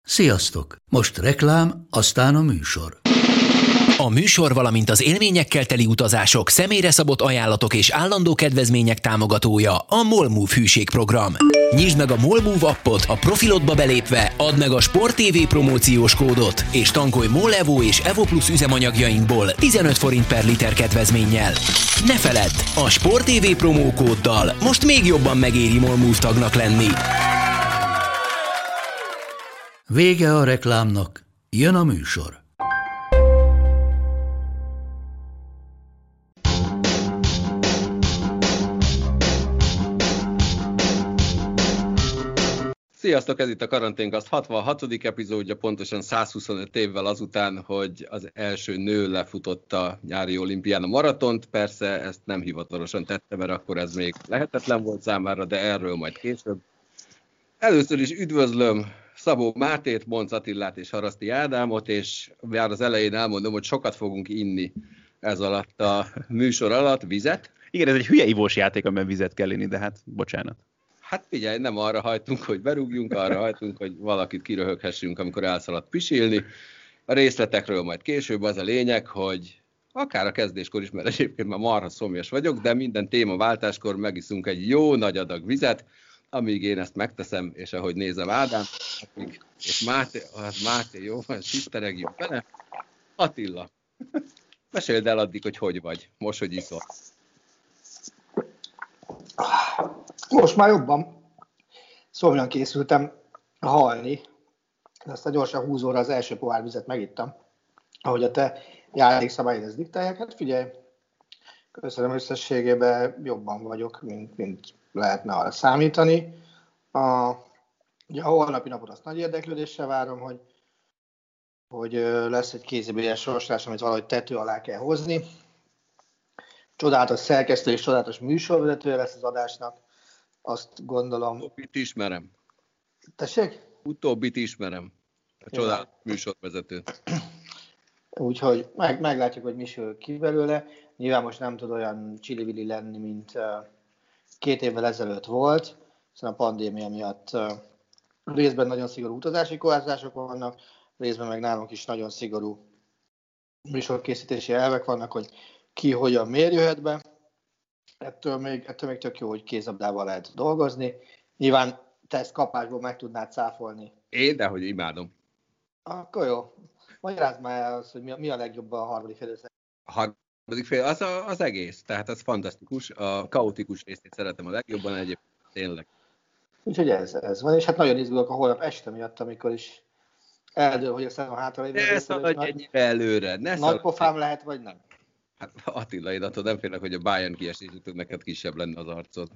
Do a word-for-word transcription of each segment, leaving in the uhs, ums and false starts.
Sziasztok! Most reklám, aztán a műsor. A műsor, valamint az élményekkel teli utazások, személyre szabott ajánlatok és állandó kedvezmények támogatója a MOLMOVE hűségprogram. Nyisd meg a MOLMOVE appot, a profilodba belépve add meg a Sport té vé promóciós kódot, és tankolj MOL Evo és Evo Plus üzemanyagjainkból tizenöt forint per liter kedvezménnyel. Ne feledd, a Sport té vé promókóddal most még jobban megéri MOLMOVE tagnak lenni. Vége a reklámnak, jön a műsor. Sziasztok, ez itt a Karanténkast hatvanhatodik epizódja, pontosan száz huszonöt évvel azután, hogy az első nő lefutotta a nyári olimpián a maratont. Persze ezt nem hivatalosan tette, mert akkor ez még lehetetlen volt számára, de erről majd később. Először is üdvözlöm Szabó Mátét, Bonc Attillát és Haraszti Ádámot, és már az elején elmondom, hogy sokat fogunk inni ez alatt a műsor alatt. Vizet? Igen, ez egy hülye ivós játék, amiben vizet kell inni, de hát bocsánat. Hát figyelj, nem arra hajtunk, hogy berúgjunk, arra hajtunk, hogy valakit kiröhöghessünk, amikor elszaladt pisilni. A részletekről majd később az a lényeg, hogy akár a kezdéskor is, mert egyébként már marha szomjas vagyok, de minden témaváltáskor megiszunk egy jó nagy adag vizet, amíg én ezt megteszem, és ahogy nézem Ádám, addig, és Máté, hát Máté, jó, siszteregjünk bele. Attila, meséld el addig, hogy hogy vagy, most, hogy iszol. Most már jobban. Szomjan készültem halni, de aztán gyorsan húsz óra az első pohár vizet megittam, ahogy a te játékszabályod ezt diktálják. Hát figyelj, köszönöm, összességében jobban vagyok, mint, mint lehetne arra számítani. A, ugye a holnapi napot azt nagy érdeklődéssel várom, hogy, hogy lesz egy kézibélyes sorsolás, amit valahogy tető alá kell hozni. Csodálatos szerkesztő és csodálatos műsorvezetője lesz az adásnak. Azt gondolom... Utóbbit ismerem. Tessék? Utóbbit ismerem. A csodálatos műsorvezető. Úgyhogy meg, meglátjuk, hogy mi sül ki belőle. Nyilván most nem tud olyan csili-vili lenni, mint uh, két évvel ezelőtt volt, hiszen a pandémia miatt uh, részben nagyon szigorú utazási korlátozások vannak, részben meg nálunk is nagyon szigorú műsorkészítési elvek vannak, hogy ki hogyan miért jöhet be. Ettől még, ettől még tök jó, hogy kézabdával lehet dolgozni. Nyilván te ezt kapásból meg tudnád cáfolni. Én, de hogy imádom. Akkor jó. Magyarázd már el azt, hogy mi a, mi a legjobb a harmadik félidőszak. A harmadik fél, az a, az egész. Tehát az fantasztikus. A kaotikus részét szeretem a legjobban egyébként. Tényleg. Úgyhogy ez, ez van, és hát nagyon izgulok a holnap este miatt, amikor is eldől, hogy a szem a hátralévő. Ne szaladj ennyire előre. Ne nagy pofám lehet, vagy nem? Hát Attila, én attól nem félek, hogy a Bayern kiesésítől neked kisebb lenne az arcod.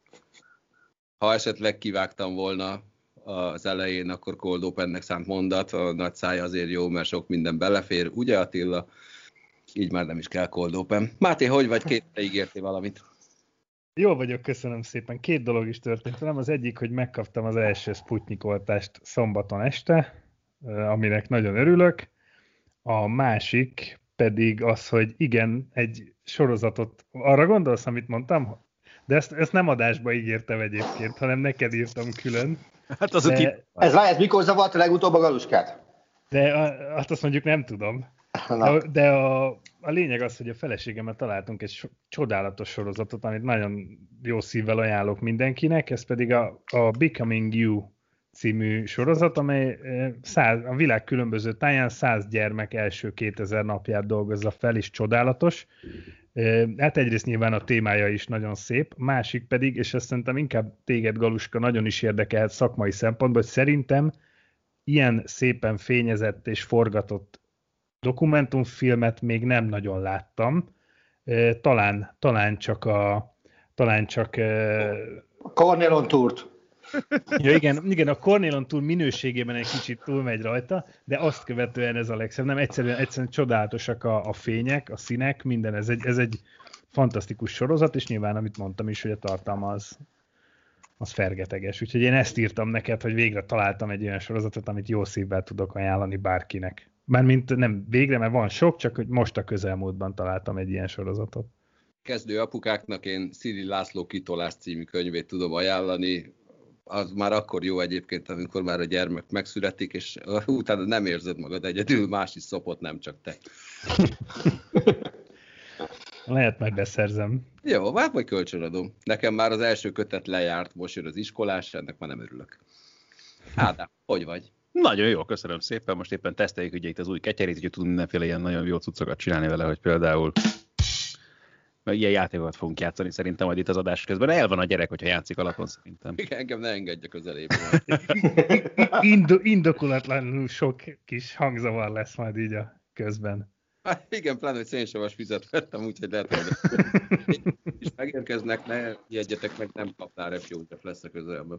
Ha esetleg kivágtam volna az elején, akkor cold opennek szánt mondat, a nagy száj azért jó, mert sok minden belefér, ugye Attila? Így már nem is kell cold open. Máté, hogy vagy? Két ígértél valamit? Jól vagyok, köszönöm szépen. Két dolog is történt velem. Az egyik, hogy megkaptam az első Sputnik oltást szombaton este, aminek nagyon örülök. A másik pedig az, hogy igen, egy sorozatot, arra gondolsz, amit mondtam? De ezt, ezt nem adásba ígértem egyébként, hanem neked írtam külön. Hát az de, aki... Ez, ez mikor zavart a legutóbb a Galuskát? De azt azt mondjuk nem tudom. De, de a, a lényeg az, hogy a feleségemmel találtunk egy so, csodálatos sorozatot, amit nagyon jó szívvel ajánlok mindenkinek, ez pedig a, a Becoming You című sorozat, amely száz, a világ különböző táján száz gyermek első kétezer napját dolgozza fel, és csodálatos. Hát egyrészt nyilván a témája is nagyon szép, másik pedig, és ezt szerintem inkább téged, Galuska, nagyon is érdekelhet szakmai szempontból, hogy szerintem ilyen szépen fényezett és forgatott dokumentumfilmet még nem nagyon láttam. Talán, talán csak a... Talán csak... A Cornélon Tourt. Ja, igen, igen, a Cornélon túl minőségében egy kicsit túlmegy rajta, de azt követően ez a legszebb. Nem, egyszerűen, egyszerűen csodálatosak a, a fények, a színek, minden. Ez egy, ez egy fantasztikus sorozat, és nyilván, amit mondtam is, hogy a tartalma az, az fergeteges. Úgyhogy én ezt írtam neked, hogy végre találtam egy olyan sorozatot, amit jó szívvel tudok ajánlani bárkinek. Mármint nem végre, mert van sok, csak hogy most a közelmúltban találtam egy ilyen sorozatot. Kezdő apukáknak én Szili László Kitolás című könyvét tudom ajánlani. az már akkor jó egyébként, amikor már a gyermek megszületik, és utána nem érzed magad egyedül, más is szopott, nem csak te. Lehet, majd beszerzem. Jó, hát majd kölcsönadom. Nekem már az első kötet lejárt, most jön az iskolás, ennek már nem örülök. Ádám, hogy vagy? Nagyon jó, köszönöm szépen. Most éppen teszteljük ugye itt az új ketyerét, úgyhogy tudunk mindenféle ilyen nagyon jó cuccokat csinálni vele, hogy például mert ilyen játékokat fogunk játszani szerintem majd itt az adás közben. El van a gyerek, hogyha játszik alapon szerintem. Igen, engem ne engedje közelébe. Indo- indokolatlanul sok kis hangzavar lesz majd így a közben. Hát igen, pláne, hogy szénsavas vizet vettem, úgyhogy lehet, hogy és megérkeznek, ne ijedjetek meg, nem kapnál repjót, lesz a közelben.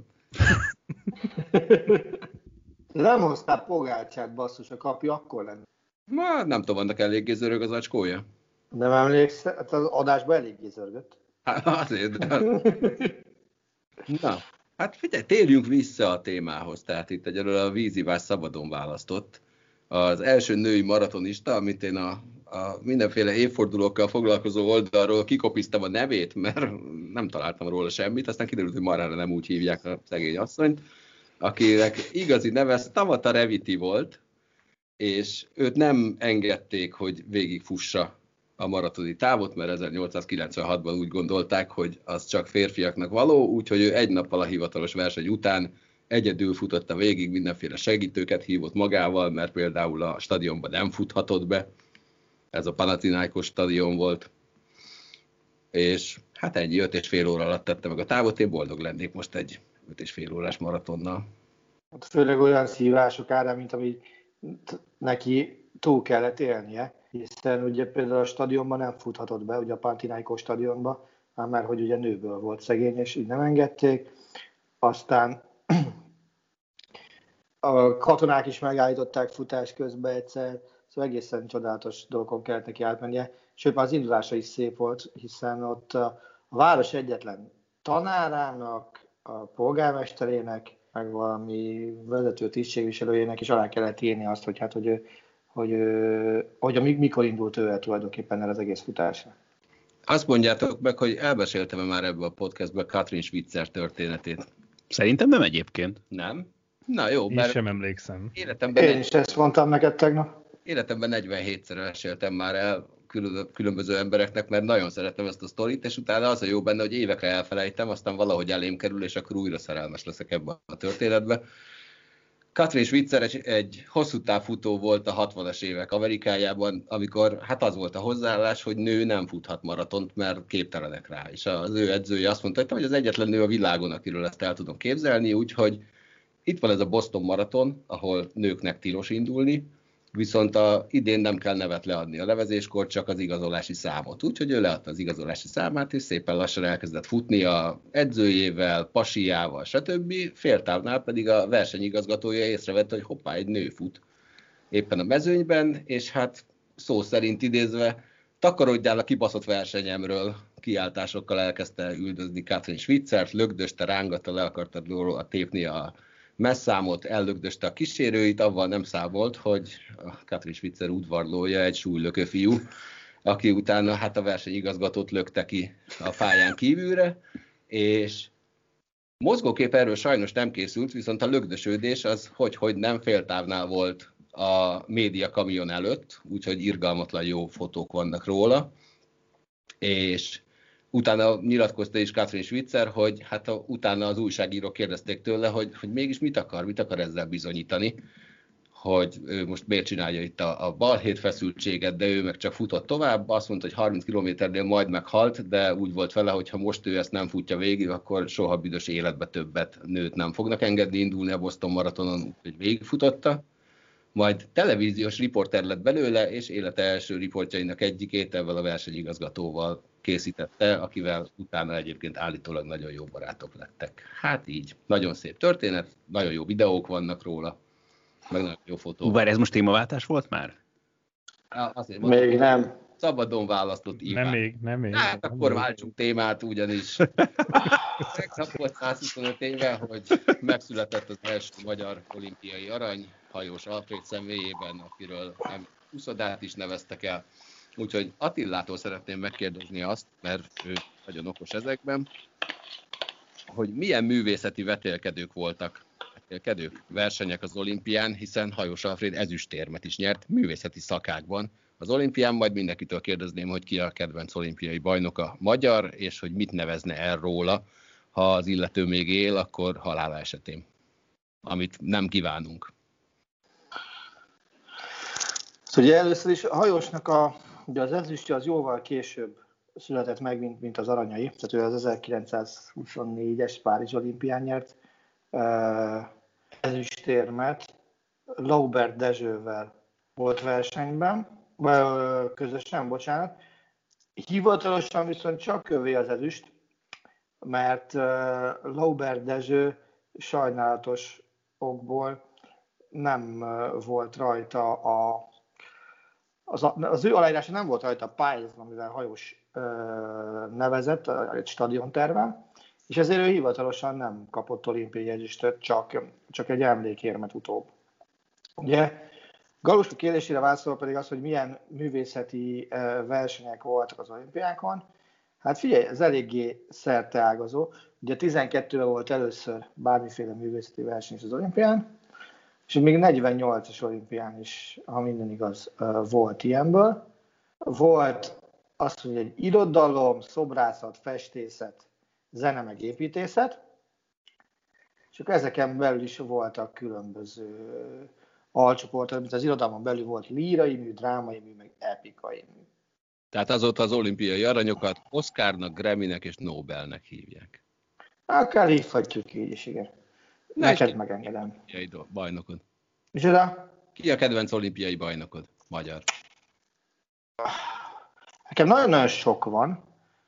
Nem hoztál pogácsát, basszus, a kapja akkor lenne. Ma nem tudom, annak eléggé zörög az acskója. Nem emlékszel? Hát az adásban eléggé zörgött. Hát azért, de... Na, hát figyelj, térjünk vissza a témához. Tehát itt egyelőre a vízivás szabadon választott. Az első női maratonista, amit én a, a mindenféle évfordulókkal foglalkozó oldalról kikopiztam a nevét, mert nem találtam róla semmit, aztán kiderült, hogy marhára nem úgy hívják a szegény asszonyt, akinek igazi neve Stavata Reviti volt, és őt nem engedték, hogy végigfussa a maratoni távot, mert ezernyolcszázkilencvenhatban úgy gondolták, hogy az csak férfiaknak való, úgyhogy ő egy nappal a hivatalos verseny után egyedül futotta végig, mindenféle segítőket hívott magával, mert például a stadionban nem futhatott be, ez a Panathinaikos stadion volt, és hát ennyi, öt és fél óra alatt tette meg a távot, én boldog lennék most egy öt és fél órás maratonnal. Hát főleg olyan szívások ára, mint ami neki túl kellett élnie, hiszen ugye például a stadionban nem futhatott be, ugye a Panathinaikos stadionban, már hogy ugye nőből volt szegény, és így nem engedték. Aztán a katonák is megállították futás közben egyszer, szóval egészen csodálatos dolgon kellett neki átmennie. Sőt, már az indulása is szép volt, hiszen ott a város egyetlen tanárának, a polgármesterének, meg valami vezető tisztségviselőjének is alá kellett írni azt, hogy hát, hogy, hogy, hogy, hogy mikor indult ő el tulajdonképpen el az egész futásra. Azt mondjátok meg, hogy elbeséltem már ebbe a podcastbe Katrin Switzer történetét. Szerintem nem egyébként. Nem? Na jó, Én mert sem emlékszem. Életemben, Én is ezt mondtam neked tegnap. Életemben negyvenhétszer meséltem már el különböző embereknek, mert nagyon szeretem ezt a sztorit, és utána az a jó benne, hogy évekre elfelejtem, aztán valahogy elém kerül, és akkor újra szerelmes leszek ebben a történetben. Katrin Switzer egy, egy hosszú távfutó volt a hatvanas évek Amerikájában, amikor hát az volt a hozzáállás, hogy nő nem futhat maratont, mert képtelenek rá. És az ő edzője azt mondta, hogy az egyetlen nő a világon, akiről ezt el tudom képzelni, úgyhogy itt van ez a Boston maraton, ahol nőknek tilos indulni, viszont a, idén nem kell nevet leadni a levezéskor, csak az igazolási számot. Úgyhogy ő leadta az igazolási számát, és szépen lassan elkezdett futni a edzőjével, pasiával, stb. Féltávnál pedig a versenyigazgatója észrevette, hogy hoppá, egy nő fut éppen a mezőnyben, és hát szó szerint idézve, takarodjál a kibaszott versenyemről, kiáltásokkal elkezdte üldözni Katrin Switzert, lögdöste, rángatta, le akarta róla tépni a messzámot, ellögdöste a kísérőit, avval nem számolt, hogy a Katrin Switzer udvarlója egy súlylökő fiú, aki utána hát a versenyigazgatót lökte ki a pályán kívülre, és mozgókép erről sajnos nem készült, viszont a lögdösődés az hogy-hogy nem féltávnál volt a média kamion előtt, úgyhogy irgalmatlan jó fotók vannak róla, és utána nyilatkozta is Katrin Switzer, hogy hát a, utána az újságírók kérdezték tőle, hogy, hogy mégis mit akar, mit akar ezzel bizonyítani, hogy ő most miért csinálja itt a, a balhét feszültséget, de ő meg csak futott tovább, azt mondta, hogy harminc kilométernél majd meghalt, de úgy volt vele, hogy ha most ő ezt nem futja végig, akkor soha büdös életbe többet nőt nem fognak engedni indulni a Boston maratonon, hogy végigfutotta. Majd televíziós riporter lett belőle, és élete első riportjainak egyikét ezzel a versenyigazgatóval készítette, akivel utána egyébként állítólag nagyon jó barátok lettek. Hát így, nagyon szép történet, nagyon jó videók vannak róla, meg nagyon jó fotók. Várj, ez most témaváltás volt már? Azért még mondom, nem. Szabadon választott Iván. Nem még, nem még. Hát nem akkor még. Váltsunk témát, ugyanis tegnap volt százhuszonöt éve, hogy megszületett az első magyar olimpiai arany, Hajós Alfréd személyében, akiről nem úszodát is neveztek el. Úgyhogy Attilától szeretném megkérdezni azt, mert ő nagyon okos ezekben, hogy milyen művészeti vetélkedők voltak, vetélkedők, versenyek az olimpián, hiszen Hajós Alfréd ezüstérmet is nyert művészeti szakákban. Az olimpián majd mindenkitől kérdezném, hogy ki a kedvenc olimpiai bajnoka magyar, és hogy mit nevezne el róla, ha az illető még él, akkor halála esetén, amit nem kívánunk. Szóval ugye először is a Hajósnak a, ugye az ezüstje az jóval később született meg, mint, mint az aranyai. Tehát ő az ezerkilencszázhuszonnégyes Párizs olimpián nyert ezüstérmet. Laubert Dezsővel volt versenyben, közösen, bocsánat. Hivatalosan viszont csak övé az ezüst, mert Laubert Dezső sajnálatos okból nem volt rajta a Az, az ő aláírása nem volt rajta a pályázat, amivel Hajós ö, nevezett, egy stadionterven, és ezért ő hivatalosan nem kapott olimpiai ezüstöt, csak, csak egy emlékérmet utóbb. Ugye Galuska kérdésére válaszol pedig az, hogy milyen művészeti ö, versenyek voltak az olimpiákon. Hát figyelj, ez eléggé szerteágazó. Ugye tizenkettőben volt először bármiféle művészeti verseny az olimpián, és még negyvennyolcas olimpián is, ha minden igaz, volt ilyenből. Volt azt, hogy egy irodalom, szobrászat, festészet, zene meg építészet, és akkor ezeken belül is voltak különböző alcsoportok, mint az irodalmon belül volt lírai mű, drámai mű, meg epikai mű. Tehát azóta az olimpiai aranyokat Oscarnak, Grammynek és Nobelnek hívják. Akár hívhatjuk így is, igen. Neked megengedem. Bajnokod. Micsoda? Ki a kedvenc olimpiai bajnokod? Magyar. Nekem nagyon-nagyon sok van.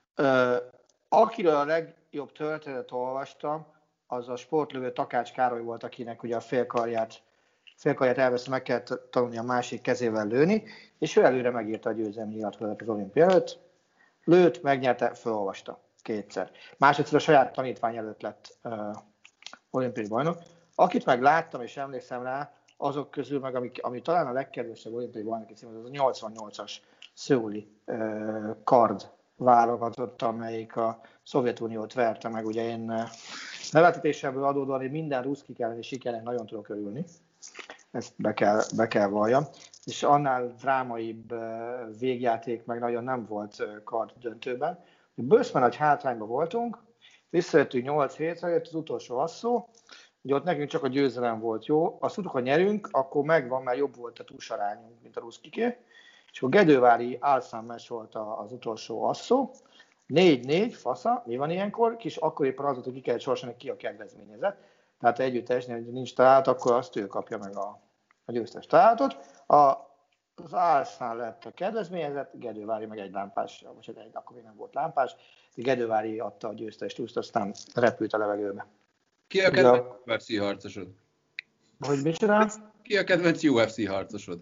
Akiről a legjobb történetet olvastam, az a sportlövő Takács Károly volt, akinek ugye a félkarját, félkarját elveszve meg kell tanulni a másik kezével lőni, és ő előre megírta a győzelmi nyilatkozatot az olimpia előtt. Lőtt, megnyerte, felolvasta kétszer. Másodszor a saját tanítvány előtt lett uh, olimpiai bajnok. Akit meg láttam és emlékszem rá, azok közül meg, ami, ami talán a legkedvesebb olimpiai bajnoki cím, az a nyolcvannyolcas szöuli uh, kard válogatott, amelyik a Szovjetuniót verte meg. Ugye én uh, nevetetésemből adódóan én minden ruszkik elleni sikernek nagyon tudok örülni. Ezt be kell, be kell valljam. És annál drámaibb uh, végjáték meg nagyon nem volt uh, kard döntőben. Bőszben nagy hátrányban voltunk, visszajöttünk nyolc hétre, jött az utolsó asszó, ugye ott nekünk csak a győzelem volt jó, azt tudtuk, ha nyerünk, akkor megvan, mert jobb volt a túlsarányunk, mint a ruszkiké, és akkor Gedővári álszámmes volt az utolsó asszó, négy-négy, fasza, mi van ilyenkor, és akkor éppen az volt, hogy ki kellett sorsolni, ki a kedvezményezett, tehát együttesnél, hogy nincs találat, akkor azt ő kapja meg a, a győztes találatot. A Az álszán lett a kedvezményezett, Gedővári meg egy lámpás, vagy egy, akkor még nem volt lámpás, Gedővári adta a győztest, úszt, aztán repült a levegőbe. Ki a kedvenc ja. u ef cé harcosod? Hogy mit csinál? Ki a kedvenc u ef cé harcosod?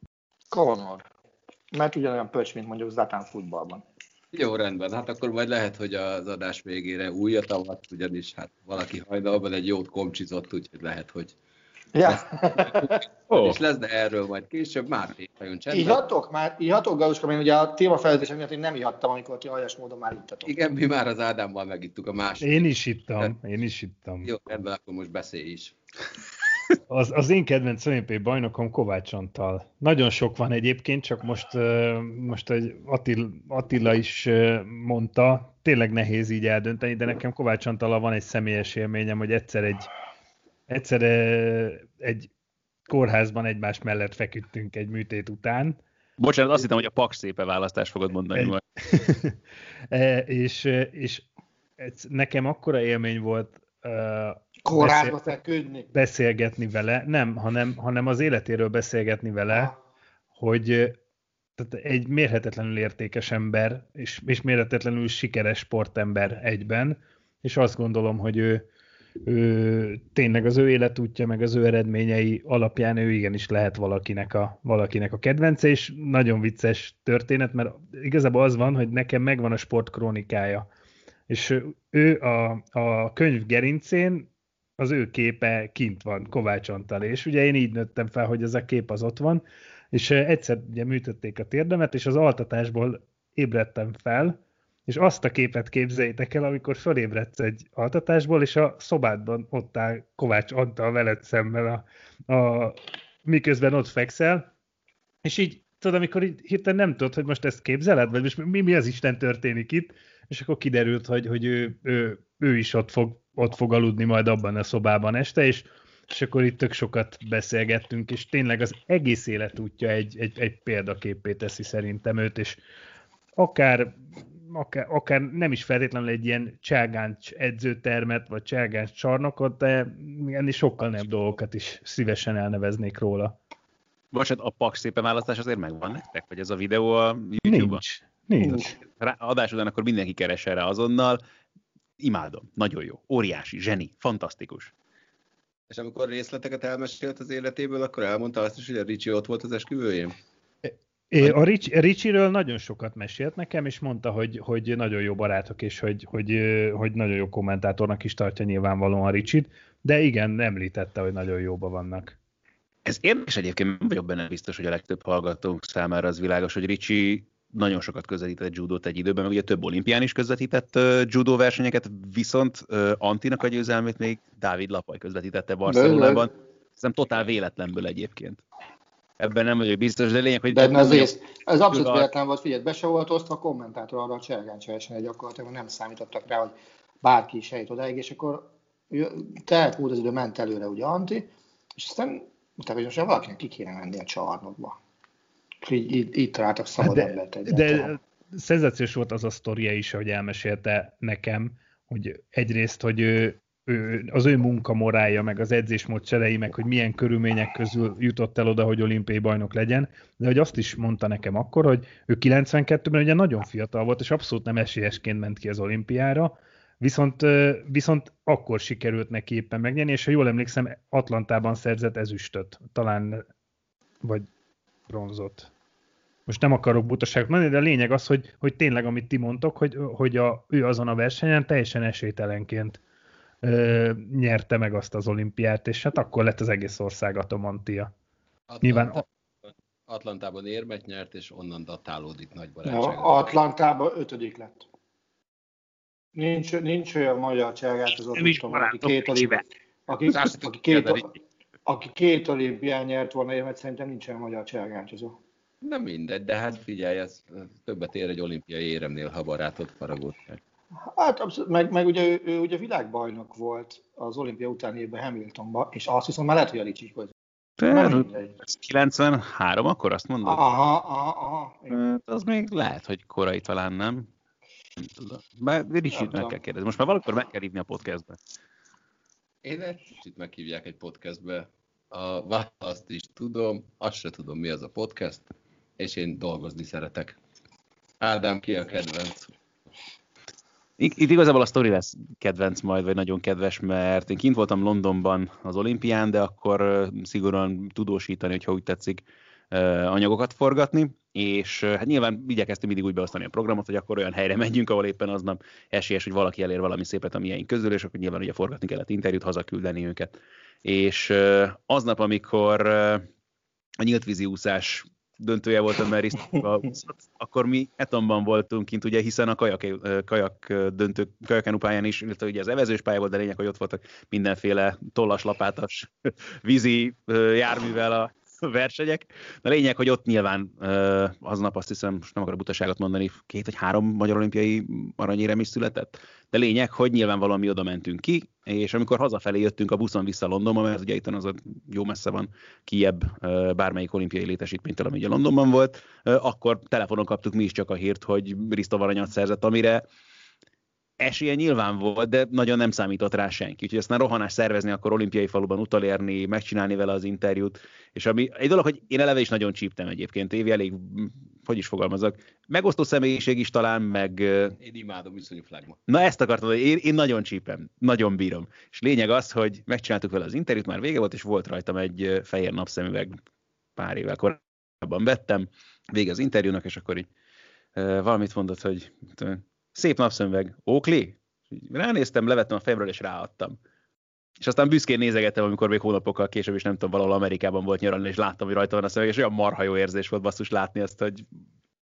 Conor. Mert ugyanolyan pöcs, mint mondjuk Zlatan futballban. Jó, rendben. Hát akkor majd lehet, hogy az adás végére újat avat, ugyanis hát valaki hajnalban egy jót komcsizott, úgyhogy lehet, hogy ja. oh. És lesz, de erről majd később. Már nagyon csendben. Ihatok már? Ihatok, Galuska? Én ugye a témafelelőtésem miatt én nem ihattam, amikor ti aljas módon már ittatok. Igen, mi már az Ádámmal megittuk a második. Én is ittam, én is ittam. Jó, rendben, akkor most beszélj is. Az, az én kedvenc olimpiai bajnokom Kovács Antal. Nagyon sok van egyébként, csak most, most egy Attil, Attila is mondta, tényleg nehéz így eldönteni, de nekem Kovács Antallal van egy személyes élményem, hogy egyszer egy Egyszer egy kórházban egymás mellett feküdtünk egy műtét után. Bocsánat, azt hittem, hogy a Paks szépe választást fogod mondani majd. és, és nekem akkora élmény volt kórházba feküdni. Beszélgetni vele, nem, hanem, hanem az életéről beszélgetni vele, hogy tehát egy mérhetetlenül értékes ember, és, és mérhetetlenül sikeres sportember egyben, és azt gondolom, hogy ő Ő, tényleg az ő életútja, meg az ő eredményei alapján ő igenis lehet valakinek a, valakinek a kedvence, és nagyon vicces történet, mert igazából az van, hogy nekem megvan a sportkrónikája, és ő a, a könyv gerincén az ő képe kint van, Kovács Antal, és ugye én így nőttem fel, hogy ez a kép az ott van, és egyszer ugye műtötték a térdemet, és az altatásból ébredtem fel, És azt a képet képzeljétek el, amikor fölébredsz egy altatásból, és a szobádban ott áll Kovács Antal veled szemben, a, a, miközben ott fekszel, és így, tudod, amikor így hirtelen nem tudod, hogy most ezt képzeled, vagy most mi, mi az Isten történik itt, és akkor kiderült, hogy, hogy ő, ő, ő is ott fog, ott fog aludni majd abban a szobában este, és, és akkor itt tök sokat beszélgettünk, és tényleg az egész életútja egy, egy, egy példaképé teszi szerintem őt, és akár, akár, akár nem is feltétlenül egy ilyen cságáncs edzőtermet, vagy cságáncs csarnokot, de ennél sokkal nem dolgokat is szívesen elneveznék róla. Bocsánat, a Paks szépen választás azért megvan nektek? Vagy ez a videó a YouTube-on? Nincs. Nincs. Adás után akkor mindenki keres rá azonnal. Imádom. Nagyon jó. Óriási. Zseni. Fantasztikus. És amikor részleteket elmesélt az életéből, akkor elmondta azt is, hogy a Ricsi ott volt az esküvőjén? A Ricsiről nagyon sokat mesélt nekem, és mondta, hogy, hogy nagyon jó barátok, és hogy, hogy, hogy nagyon jó kommentátornak is tartja nyilvánvalóan a Ricsit, de igen, említette, hogy nagyon jóban vannak. Ez érdekes egyébként, nem vagyok benne biztos, hogy a legtöbb hallgatónk számára az világos, hogy Ricsi nagyon sokat közvetített judót egy időben, meg ugye több olimpián is közvetített uh, judó versenyeket, viszont uh, Antinak a győzelmét még Dávid Lapaj közvetítette Barcelonában. Szerintem totál véletlenből egyébként. Ebben nem vagyok biztos, de lényeg, hogy... De ez, ez, ez abszolút a... véletlen volt, figyelj, be se volt osztva a kommentátor arra a cselgáncs versenyre, gyakorlatilag nem számítottak rá, hogy bárki is eljut odáig, és akkor telpult az idő, ment előre ugye Anti, és aztán mondták, hogy most valakinek ki kéne menni a csarnokba. Így, így, így találtak szabad de, embert De egyáltalán. szenzációs volt az a sztoria is, hogy elmesélte nekem, hogy egyrészt, hogy ő, ő, az ő munkamorálja, meg az edzésmód cselei, meg hogy milyen körülmények közül jutott el oda, hogy olimpiai bajnok legyen, de hogy azt is mondta nekem akkor, hogy ő kilencvenkettőben ugye nagyon fiatal volt, és abszolút nem esélyesként ment ki az olimpiára, viszont, viszont akkor sikerült neki éppen megnyerni, és ha jól emlékszem, Atlantában szerzett ezüstöt, talán, vagy bronzot. Most nem akarok butaságot mondani, de a lényeg az, hogy, hogy tényleg, amit ti mondtok, hogy, hogy a, ő azon a versenyen teljesen esélytelenként ö, nyerte meg azt az olimpiát, és hát akkor lett az egész ország atomantia. Atlanta, Nyilván... Atlantában érmet nyert, és onnan datálódik nagy barátság. Ja, Atlantában ötödik lett. Nincs, nincs olyan magyar cselgátozó, aki két olimpián aki, aki, két, aki két olimpián nyert volna érmet, szerintem nincs olyan magyar cselgáncsozó. Nem mindegy, de hát figyelj, ez többet ér egy olimpiai éremnél, ha barátot faragott. Hát abszolút, meg, meg ugye ő, ő ugye világbajnok volt az olimpia utáni évben Hamiltonban, és azt hiszem már lehet, hogy a Ricsi között. kilencvenhárom, akkor azt mondod? Aha, aha, aha. Hát az még lehet, hogy korai talán nem. Nem tudom. Bár Ricsit meg kell kérdezni. Most már valamikor meg kell hívni a podcastbe. Én egy kicsit meghívják egy podcastbe. A választ is tudom, azt se tudom, mi az a podcast, és én dolgozni szeretek. Ádám, ki a kedvenc? Itt igazából a sztori lesz kedvenc majd, vagy nagyon kedves, mert én kint voltam Londonban az olimpián, de akkor szigorúan tudósítani, hogyha úgy tetszik, anyagokat forgatni, és hát nyilván igyekeztünk mindig úgy beosztani a programot, hogy akkor olyan helyre megyünk, ahol éppen aznap esélyes, hogy valaki elér valami szépet a miénk közül, és akkor nyilván ugye forgatni kellett interjút, hazaküldeni őket. És aznap, amikor a nyíltvízi úszás döntője volt a Merisza, akkor mi Etonban voltunk kint, ugye, hiszen a kajak, kajak döntő, kajakenupályán is, illetve ugye az evezős pálya volt, de lényeg, hogy ott voltak mindenféle tollas, lapátas vízi járművel a versenyek. A lényeg, hogy ott nyilván aznap azt hiszem, most nem akarok butaságot mondani, két vagy három magyar olimpiai aranyérem is született. De lényeg, hogy nyilvánvalóan mi oda mentünk ki, és amikor hazafelé jöttünk a buszon vissza Londonba, mert ugye itt az jó messze van kijebb bármelyik olimpiai létesítménytől, ami ugye Londonban volt, akkor telefonon kaptuk mi is csak a hírt, hogy Risto aranyat szerzett, amire esélye nyilván volt, de nagyon nem számított rá senki. Úgyhogy aztán rohanás szervezni, akkor olimpiai faluban utolérni, megcsinálni vele az interjút. És ami, egy dolog, hogy én eleve is nagyon csíptem egyébként, Évi elég, hogy is fogalmazok, megosztó személyiség is talán, meg... Én imádom iszonyú flagma. Na ezt akartam, hogy én, én nagyon csípem, nagyon bírom. És lényeg az, hogy megcsináltuk vele az interjút, már vége volt, és volt rajtam egy fehér napszemüveg, pár évvel korábban vettem, vége az interjúnak, és akkor így valamit mondott, hogy... Szép napszemüveg, Oakley? Ránéztem, levettem a fejemről, és ráadtam. És aztán büszkén nézegettem, amikor még hónapokkal később is nem tudom, valahol Amerikában volt nyaralni, és láttam, hogy rajta van a szemüveg, és olyan marha jó érzés volt basszus látni azt, hogy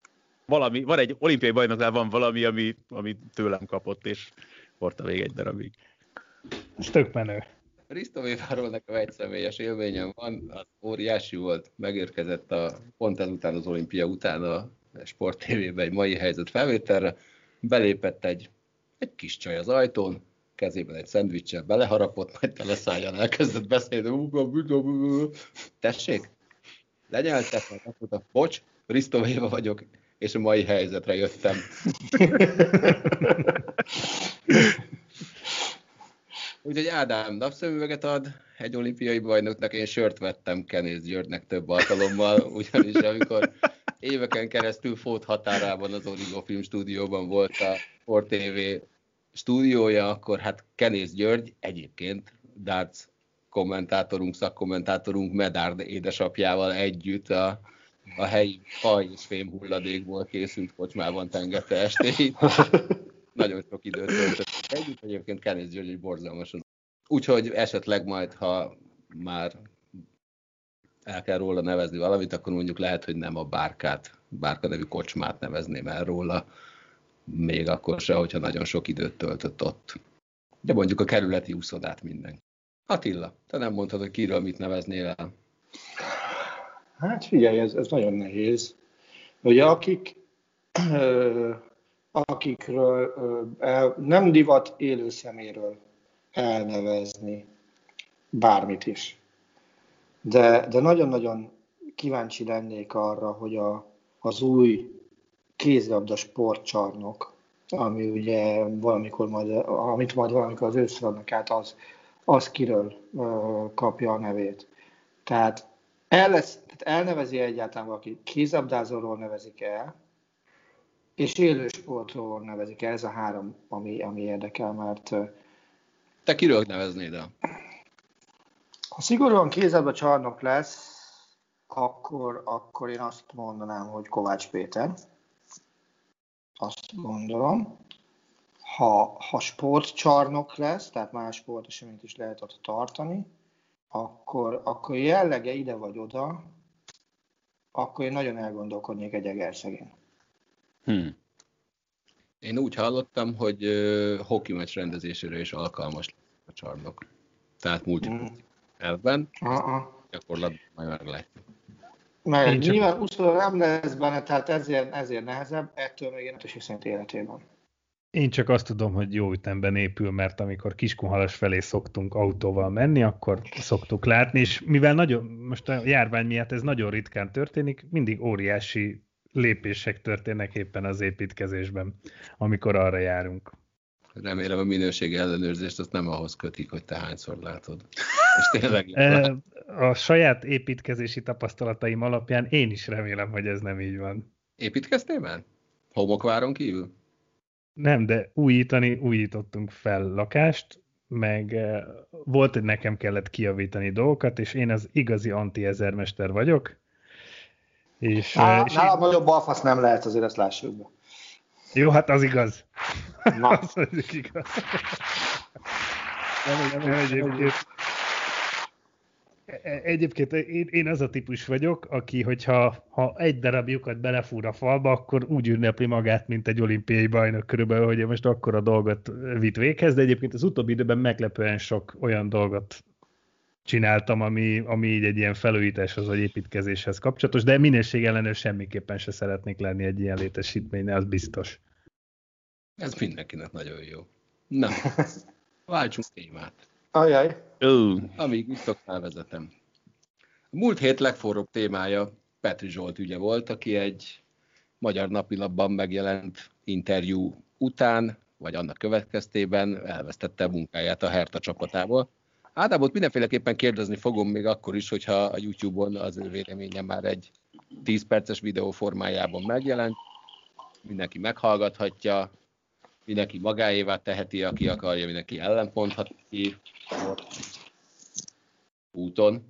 valami, van egy olimpiai bajnoknál van valami, ami, ami tőlem kapott, és hordta még egy darabig. Ez tök menő. Risto Véváról nekem egy személyes élményem van, az óriási volt, megérkezett a, pont ezután az olimpia után a Sport té vébe egy mai helyzet felvételre, belépett egy, egy kis csaj az ajtón, kezében egy szendvicssel beleharapott, majd teleszájjal elkezdett beszélni, tessék, lenyeltek, majd azt mondta, bocs, Risto Véva vagyok, és a mai helyzetre jöttem. Úgyhogy Ádám napszemüveget ad egy olimpiai bajnoknak, én sört vettem Kenész Györgynek több alkalommal, ugyanis amikor éveken keresztül Fót határában az Origo Film Stúdióban volt a Sport té vé stúdiója, akkor hát Kenész György egyébként darts kommentátorunk, szakkommentátorunk Medárd édesapjával együtt a, a helyi faj és fém hulladékból készült kocsmában tengette estéit. Nagyon sok időt töltött együtt, egyébként Kenész György egy borzalmasan. Úgyhogy esetleg majd, ha már el kell róla nevezni valamit, akkor mondjuk lehet, hogy nem a Bárkát, Bárka nevű kocsmát nevezném el róla, még akkor se, hogyha nagyon sok időt töltött ott. De mondjuk a kerületi úszodát mindenki. Attila, te nem mondtad, hogy kiről mit neveznél el? Hát figyelj, ez, ez nagyon nehéz. Ugye akik, ö, akikről ö, el, nem divat élő szeméről elnevezni bármit is. De, de nagyon-nagyon kíváncsi lennék arra, hogy a, az új kézilabda sportcsarnok, ami ugye valamikor majd, amit majd valamikor az őszre adnak át, az, az kiről ö, kapja a nevét. Tehát, el lesz, tehát elnevezi egyáltalán valaki, kézilabdázóról nevezik el, és élősportról nevezik el, ez a három, ami, ami érdekel, mert... Te kiről neveznéd el? Ha szigorúan kézilabda csarnok lesz, akkor, akkor én azt mondanám, hogy Kovács Péter. Azt gondolom. Ha, ha sportcsarnok lesz, tehát más sporteseményt is lehet ott tartani, akkor, akkor jellege ide vagy oda, akkor én nagyon elgondolkodnék egy Egerszegén. Hmm. Én úgy hallottam, hogy uh, hoki meccs rendezésére is alkalmas a csarnok. Tehát multiple hmm. elvben, uh-uh. gyakorlatban majd meglátjuk. Meg nyilván úszó nem lesz benne, tehát ezért, ezért nehezebb, ettől még én is szerint életében. Én csak azt tudom, hogy jó ütemben épül, mert amikor Kiskunhalas felé szoktunk autóval menni, akkor szoktuk látni, és mivel nagyon, most a járvány miatt ez nagyon ritkán történik, mindig óriási lépések történnek éppen az építkezésben, amikor arra járunk. Remélem a minőségi ellenőrzést azt nem ahhoz kötik, hogy te hányszor látod. És tényleg a saját építkezési tapasztalataim alapján én is remélem, hogy ez nem így van. Építkeztél már? Homokváron kívül? Nem, de újítani, újítottunk fel lakást, meg volt, hogy nekem kellett kijavítani dolgokat, és én az igazi anti-ezermester vagyok. És, Á, és nálam én... nagyobb balfasz nem lehet, azért ezt lássuk be. Jó, hát az igaz. Na. az, az igaz. Nem, nem, nem, egyébként, egyébként én, én az a típus vagyok, aki, hogyha ha egy darab lyukat belefúr a falba, akkor úgy ünnepli magát, mint egy olimpiai bajnok körülbelül, hogy most akkor a dolgot vitt véghez, de egyébként az utóbbi időben meglepően sok olyan dolgot csináltam, ami, ami így egy ilyen felújításhoz vagy építkezéshez kapcsolatos, de minőségellenőr semmiképpen se szeretnék lenni egy ilyen létesítménynél, az biztos. Ez mindenkinek nagyon jó. Na, váltsunk témát. Ajaj. Uh. Amíg üttök, felvezetem. A múlt hét legforróbb témája Petri Zsolt ügye volt, aki egy magyar napilapban megjelent interjú után, vagy annak következtében elvesztette a munkáját a Hertha csapatából. Ádámot mindenféleképpen kérdezni fogom még akkor is, hogyha a YouTube-on az ő véleménye már egy tíz perces videó formájában megjelent. Mindenki meghallgathatja, mindenki magáévá teheti, aki akarja, mindenki ellenponthat ki úton.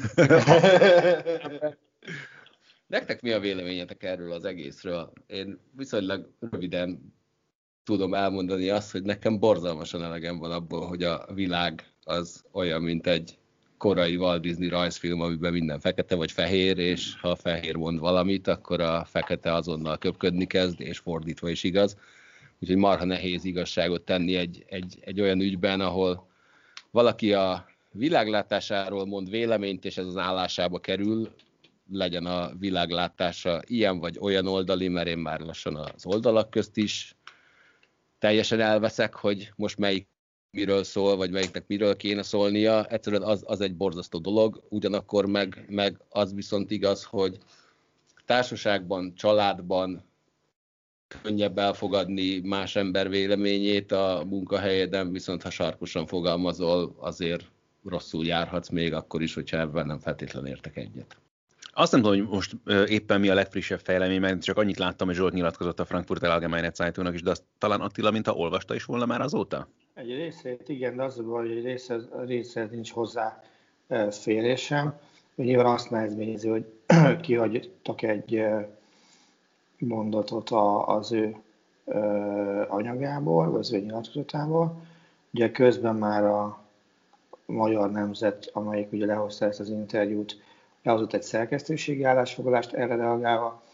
Nektek mi a véleményetek erről az egészről? Én viszonylag röviden tudom elmondani azt, hogy nekem borzalmasan elegem van abból, hogy a világ az olyan, mint egy korai Walt Disney rajzfilm, amiben minden fekete vagy fehér, és ha a fehér mond valamit, akkor a fekete azonnal köpködni kezd, és fordítva is igaz. Úgyhogy marha nehéz igazságot tenni egy, egy, egy olyan ügyben, ahol valaki a világlátásáról mond véleményt, és ez az állásába kerül, legyen a világlátása ilyen vagy olyan oldali, mert én már lassan az oldalak közt is teljesen elveszek, hogy most melyik miről szól, vagy melyiknek miről kéne szólnia. Egyszerűen az, az egy borzasztó dolog, ugyanakkor meg, meg az viszont igaz, hogy társaságban, családban könnyebb elfogadni más ember véleményét a munkahelyeden, viszont ha sarkosan fogalmazol, azért rosszul járhatsz még akkor is, hogyha ebben nem feltétlenül értek egyet. Azt nem tudom, hogy most ö, éppen mi a legfrissebb fejlemény, mert csak annyit láttam, hogy Zsolt nyilatkozott a Frankfurter Allgemeine Zeitungnak is, de azt talán Attila, mint ha olvasta is volna már azóta? Egy részét igen, de az a baj, hogy egy része, része nincs hozzá férésem. Nyilván azt nehezményezi, hogy kihagytak egy mondatot az ő anyagából, vagy az ő nyilatkozatából. Ugye közben már a Magyar Nemzet, amelyik ugye lehozta ezt az interjút, lehozott egy szerkesztőségi állásfoglalást erre reagálva.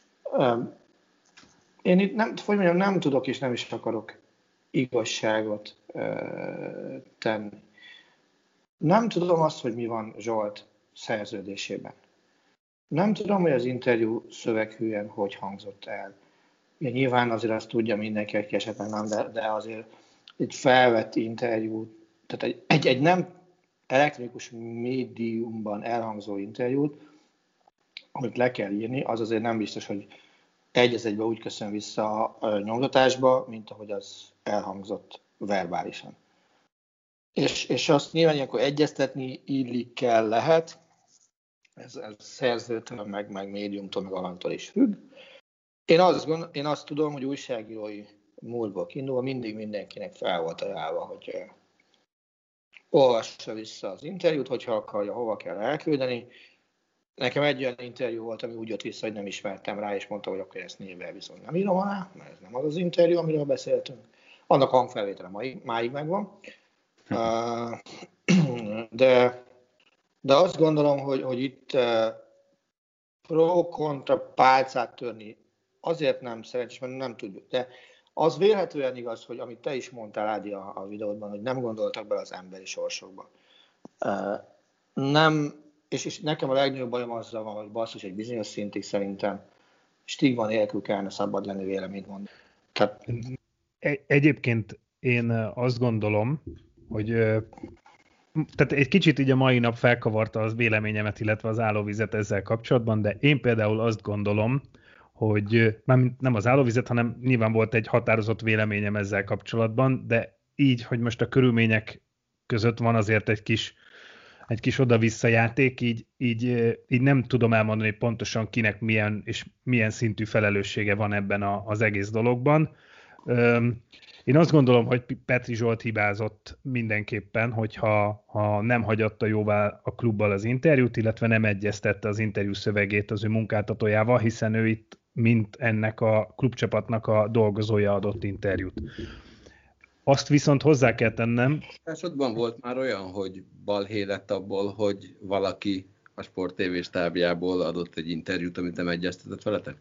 Én itt nem, hogy mondjam, nem tudok és nem is akarok igazságot tenni. Nem tudom azt, hogy mi van Zsolt szerződésében. Nem tudom, hogy az interjú szöveghűen hogy hangzott el. Ja, nyilván azért azt tudja mindenki, aki esetleg nem, de, de azért egy felvett interjú, tehát egy, egy, egy nem elektronikus médiumban elhangzó interjút, amit le kell írni, az azért nem biztos, hogy egy az egybe úgy köszön vissza a nyomtatásba, mint ahogy az elhangzott verbálisan. És, és azt nyilván ilyenkor egyeztetni illik kell, lehet, ez, ez szerzőtől, meg, meg médiumtól, meg alantól is függ. Én azt, gond, én azt tudom, hogy újságírói múltból kiindulva mindig mindenkinek fel volt ajánlva, hogy olvassa vissza az interjút, hogyha akarja, hova kell elküldeni. Nekem egy olyan interjú volt, ami úgy jött vissza, hogy nem ismertem rá, és mondta, hogy akkor ezt névvel viszont nem írom alá, mert ez nem az az interjú, amiről beszéltünk. Annak hangfelvétele máig, máig megvan. De, de azt gondolom, hogy, hogy itt pro-kontra pálcát törni azért nem szerencsés, mert nem tudjuk. De az vélhetően igaz, hogy amit te is mondtál, Ádi, a, a videódban, hogy nem gondoltak bele az emberi sorsokba. Nem, és, és nekem a legnagyobb bajom azzal van, hogy basszus, egy bizonyos szintig szerintem stigma nélkül kellene szabad lenni véleményt mondani. Tehát... Egyébként én azt gondolom, hogy tehát egy kicsit így a mai nap felkavarta az véleményemet, illetve az állóvizet ezzel kapcsolatban, de én például azt gondolom, hogy nem az állóvizet, hanem nyilván volt egy határozott véleményem ezzel kapcsolatban, de így, hogy most a körülmények között van azért egy kis, egy kis oda-vissza játék, így, így, így nem tudom elmondani pontosan kinek milyen és milyen szintű felelőssége van ebben a, az egész dologban. Én azt gondolom, hogy Petri Zsolt hibázott mindenképpen, hogyha ha nem hagyatta jóvá a klubbal az interjút, illetve nem egyeztette az interjú szövegét az ő munkáltatójával, hiszen ő itt mint ennek a klubcsapatnak a dolgozója adott interjút. Azt viszont hozzá kell tennem. Másodban volt már olyan, hogy balhé lett abból, hogy valaki a Sport té vé stábjából adott egy interjút, amit nem egyeztetett veletek?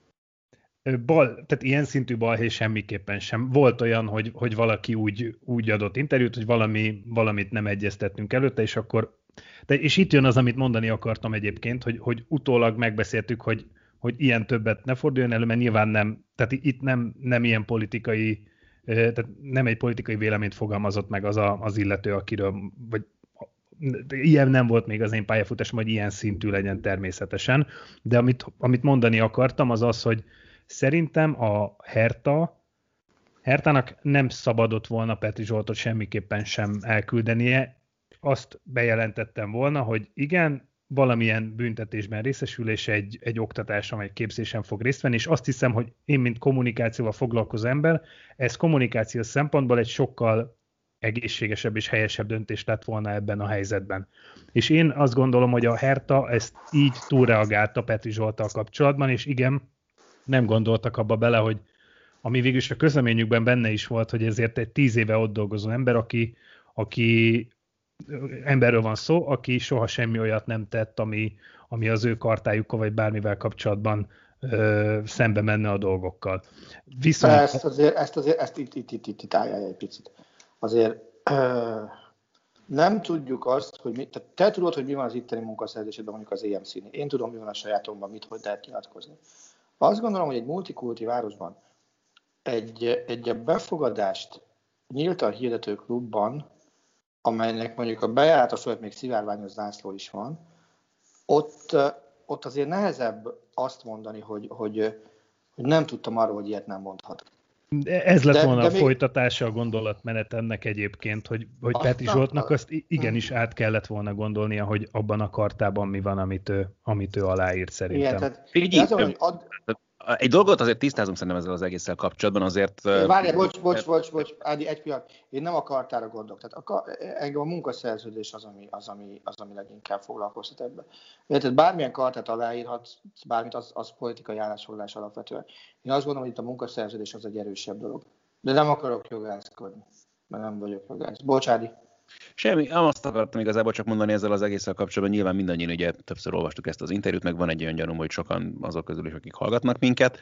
Bal, tehát ilyen szintű balhé semmiképpen sem. Volt olyan, hogy, hogy valaki úgy, úgy adott interjút, hogy valami, valamit nem egyeztettünk előtte, és akkor... De, és itt jön az, amit mondani akartam egyébként, hogy, hogy utólag megbeszéltük, hogy, hogy ilyen többet ne forduljon elő, mert nyilván nem, tehát itt nem, nem ilyen politikai, tehát nem egy politikai véleményt fogalmazott meg az a, az illető, akiről, vagy ilyen nem volt még az én pályafutásom, hogy ilyen szintű legyen természetesen, de amit, amit mondani akartam, az az, hogy szerintem a Hertha, Hertának nem szabadott volna Petri Zsoltot semmiképpen sem elküldenie. Azt bejelentettem volna, hogy igen, valamilyen büntetésben részesül, és egy, egy oktatáson, egy képzésen fog részt venni, és azt hiszem, hogy én, mint kommunikációval foglalkozó ember, ez kommunikációs szempontból egy sokkal egészségesebb és helyesebb döntés lett volna ebben a helyzetben. És én azt gondolom, hogy a Hertha ezt így túlreagálta Petri Zsolttal kapcsolatban, és igen, nem gondoltak abba bele, hogy ami végülis a közleményükben benne is volt, hogy ezért egy tíz éve ott dolgozó ember, aki, aki emberről van szó, aki soha semmi olyat nem tett, ami, ami az ő kartájukkal vagy bármivel kapcsolatban ö, szembe menne a dolgokkal. Viszont... Ezt azért, ezt azért, ezt itt, itt, itt, itt, itt álljál egy picit. Azért ö, nem tudjuk azt, hogy mi, tehát te tudod, hogy mi van az itteni munkaszerződésedben, mondjuk az é em cé-nél. Én tudom, mi van a sajátomban, mit, hogy lehet nyilatkozni. Azt gondolom, hogy egy multikulti városban egy, egy befogadást nyíltan hirdető klubban, amelynek mondjuk a bejárata fölött még szivárványos zászló is van, ott, ott azért nehezebb azt mondani, hogy, hogy, hogy nem tudtam arról, hogy ilyet nem mondhat. Ez lett volna de, de a még... folytatása a gondolatmenetemnek egyébként, hogy, hogy Petri Zsoltnak azt igenis át kellett volna gondolnia, hogy abban a kartában mi van, amit ő, amit ő aláírt szerintem. Igen, tehát, az, hogy ad... Egy dolgot azért tisztázunk szerintem ezzel az egésszel kapcsolatban, azért... Várjál, bocs, bocs, bocs, bocs, Ádi, egy pillanat. Én nem a kartára gondolok. Tehát a, engem a munkaszerződés az, ami, az, ami, az, ami leginkább foglalkoztat ebben. Tehát bármilyen kartát aláírhatsz, bármit, az, az politikai állásfoglalás alapvetően. Én azt gondolom, hogy itt a munkaszerződés az egy erősebb dolog. De nem akarok jogászkodni, mert nem vagyok jogász. Bocs, Ádi. Semmi, azt akartam igazából csak mondani ezzel az egésszel kapcsolatban. Nyilván mindannyian ugye többször olvastuk ezt az interjút, meg van egy olyan gyanúm, hogy sokan azok közül is, akik hallgatnak minket.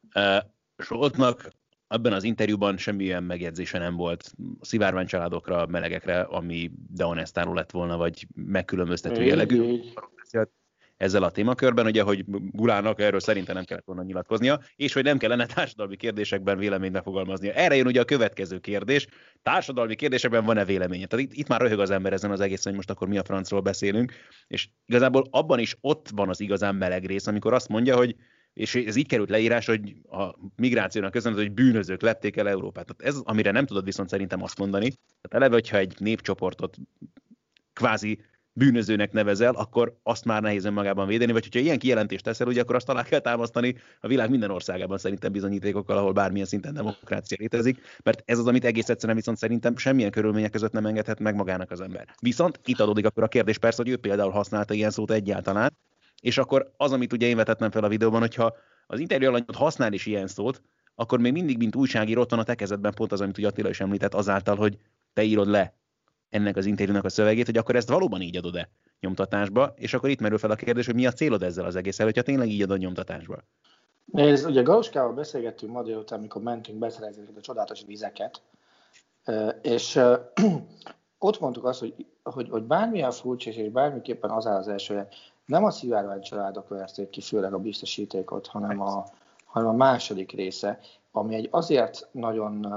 Zsoltnak ebben az interjúban semmilyen megjegyzése nem volt szivárvány családokra, melegekre, ami dehonestáló lett volna, vagy megkülönböztető jellegű. Ezzel a témakörben, ugye, hogy Gulának erről szerintem nem kellett volna nyilatkoznia, és hogy nem kellene társadalmi kérdésekben véleményt megfogalmaznia. Erre jön ugye a következő kérdés, társadalmi kérdésekben van-e véleménye? Tehát itt, itt már röhög az ember ezen az egészen, hogy most akkor mi a francról beszélünk, és igazából abban is ott van az igazán meleg rész, amikor azt mondja, hogy, és ez így került leírás, hogy a migrációnak köszönhető, hogy bűnözők lepték el Európát. Tehát ez, amire nem tudod viszont szerintem azt mondani. Tehát eleve, hogyha egy népcsoportot kvázi bűnözőnek nevezel, akkor azt már nehéz önmagában védeni, vagy hogyha ilyen kijelentést teszel, ugye akkor azt alá kell támasztani a világ minden országában szerintem bizonyítékokkal, ahol bármilyen szinten demokrácia létezik, mert ez az, amit egész egyszerűen viszont szerintem semmilyen körülmények között nem engedhet meg magának az ember. Viszont itt adódik akkor a kérdés persze, hogy ő például használta ilyen szót egyáltalán, és akkor az, amit ugye én vetettem fel a videóban, hogyha az interjú alanyod használ is ilyen szót, akkor még mindig, mint újságíró, ott van a te kezedben pont az, amit ugye Attila is említett, azáltal, hogy te írod le ennek az interjúnak a szövegét, hogy akkor ezt valóban így adod-e nyomtatásba, és akkor itt merül fel a kérdés, hogy mi a célod ezzel az egésszel, hogyha tényleg így adod nyomtatásba. Nézd, ugye Galuskával beszélgettünk ma délután, amikor mentünk beszerezni a csodálatos vizeket, és ott mondtuk azt, hogy, hogy, hogy bármilyen furcsa és bármiképpen az áll az első, nem a szivárvány családok verték ki főleg a biztosítékot, hanem a, hanem a második része, ami egy azért nagyon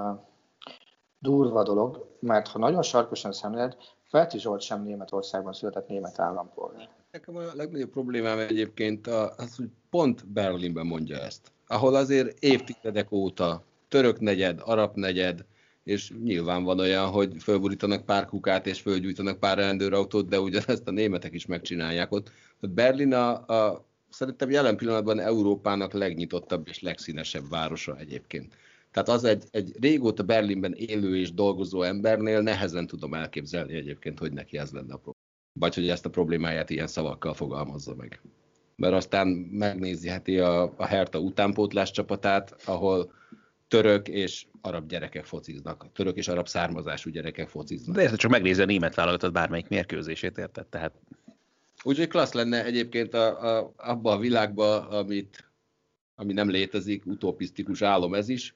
durva dolog, mert ha nagyon sarkosan szemléled, Petri Zsolt sem Németországban született német állampolgár. Nekem a legnagyobb problémám egyébként az, hogy pont Berlinben mondja ezt, ahol azért évtizedek óta török negyed, arab negyed, és nyilván van olyan, hogy fölborítanak pár kukát és fölgyújtanak pár rendőrautót, de ugyanezt a németek is megcsinálják ott. Berlin a, a szerintem jelen pillanatban Európának legnyitottabb és legszínesebb városa egyébként. Tehát az egy, egy régóta Berlinben élő és dolgozó embernél nehezen tudom elképzelni egyébként, hogy neki ez lenne a probléma. Vagy hogy ezt a problémáját ilyen szavakkal fogalmazza meg. Mert aztán megnézheti a, a Hertha utánpótlás csapatát, ahol török és arab gyerekek fociznak. Török és arab származású gyerekek fociznak. De ezt csak megnézi a német válogatott bármelyik mérkőzését, érted? Tehát... Úgyhogy klassz lenne egyébként a, a, abba a világba, amit, ami nem létezik, utopisztikus álom ez is.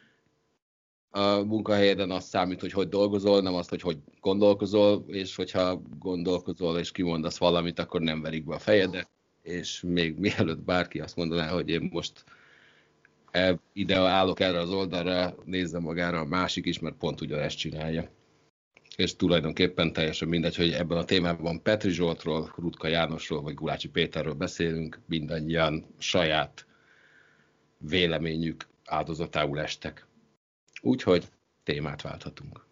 A munkahelyeden azt számít, hogy hogy dolgozol, nem azt, hogy hogy gondolkozol, és hogyha gondolkozol és kimondasz valamit, akkor nem verik be a fejedet, és még mielőtt bárki azt mondaná, hogy én most ide állok erre az oldalra, nézzem magára a másik is, mert pont ugyanezt csinálja. És tulajdonképpen teljesen mindegy, hogy ebben a témában Petri Zsoltról, Rutka Jánosról vagy Gulácsi Péterről beszélünk, mindannyian saját véleményük áldozatául estek. Úgyhogy témát válthatunk.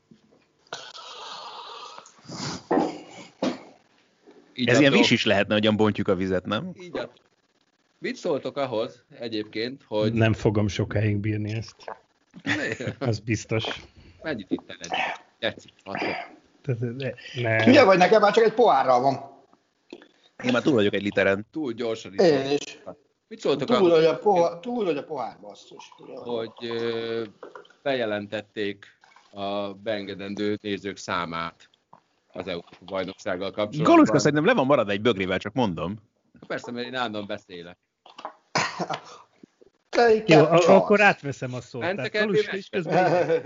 Így Ez ilyen vis is lehetne, hogyan bontjuk a vizet, nem? Így a... Mit szóltok ahhoz egyébként, hogy... Nem fogom sokáig bírni ezt. Az biztos. Mennyit itt eled? Tetszik, Hülye vagy, nekem már csak egy pohárral van. Én már túl vagyok egy literen. Túl gyorsan itt. Én is. Mit szóltok túl, hogy a pohár, túl, hogy a pohár basszus. Hogy ö, bejelentették a beengedendő nézők számát az é u bajnoksággal kapcsolatban. Galuska szerintem le van maradva egy bögrével, csak mondom. Persze, mert én állandóan beszélek. Jó, akkor átveszem a szót. Tehát, Galuska is közben...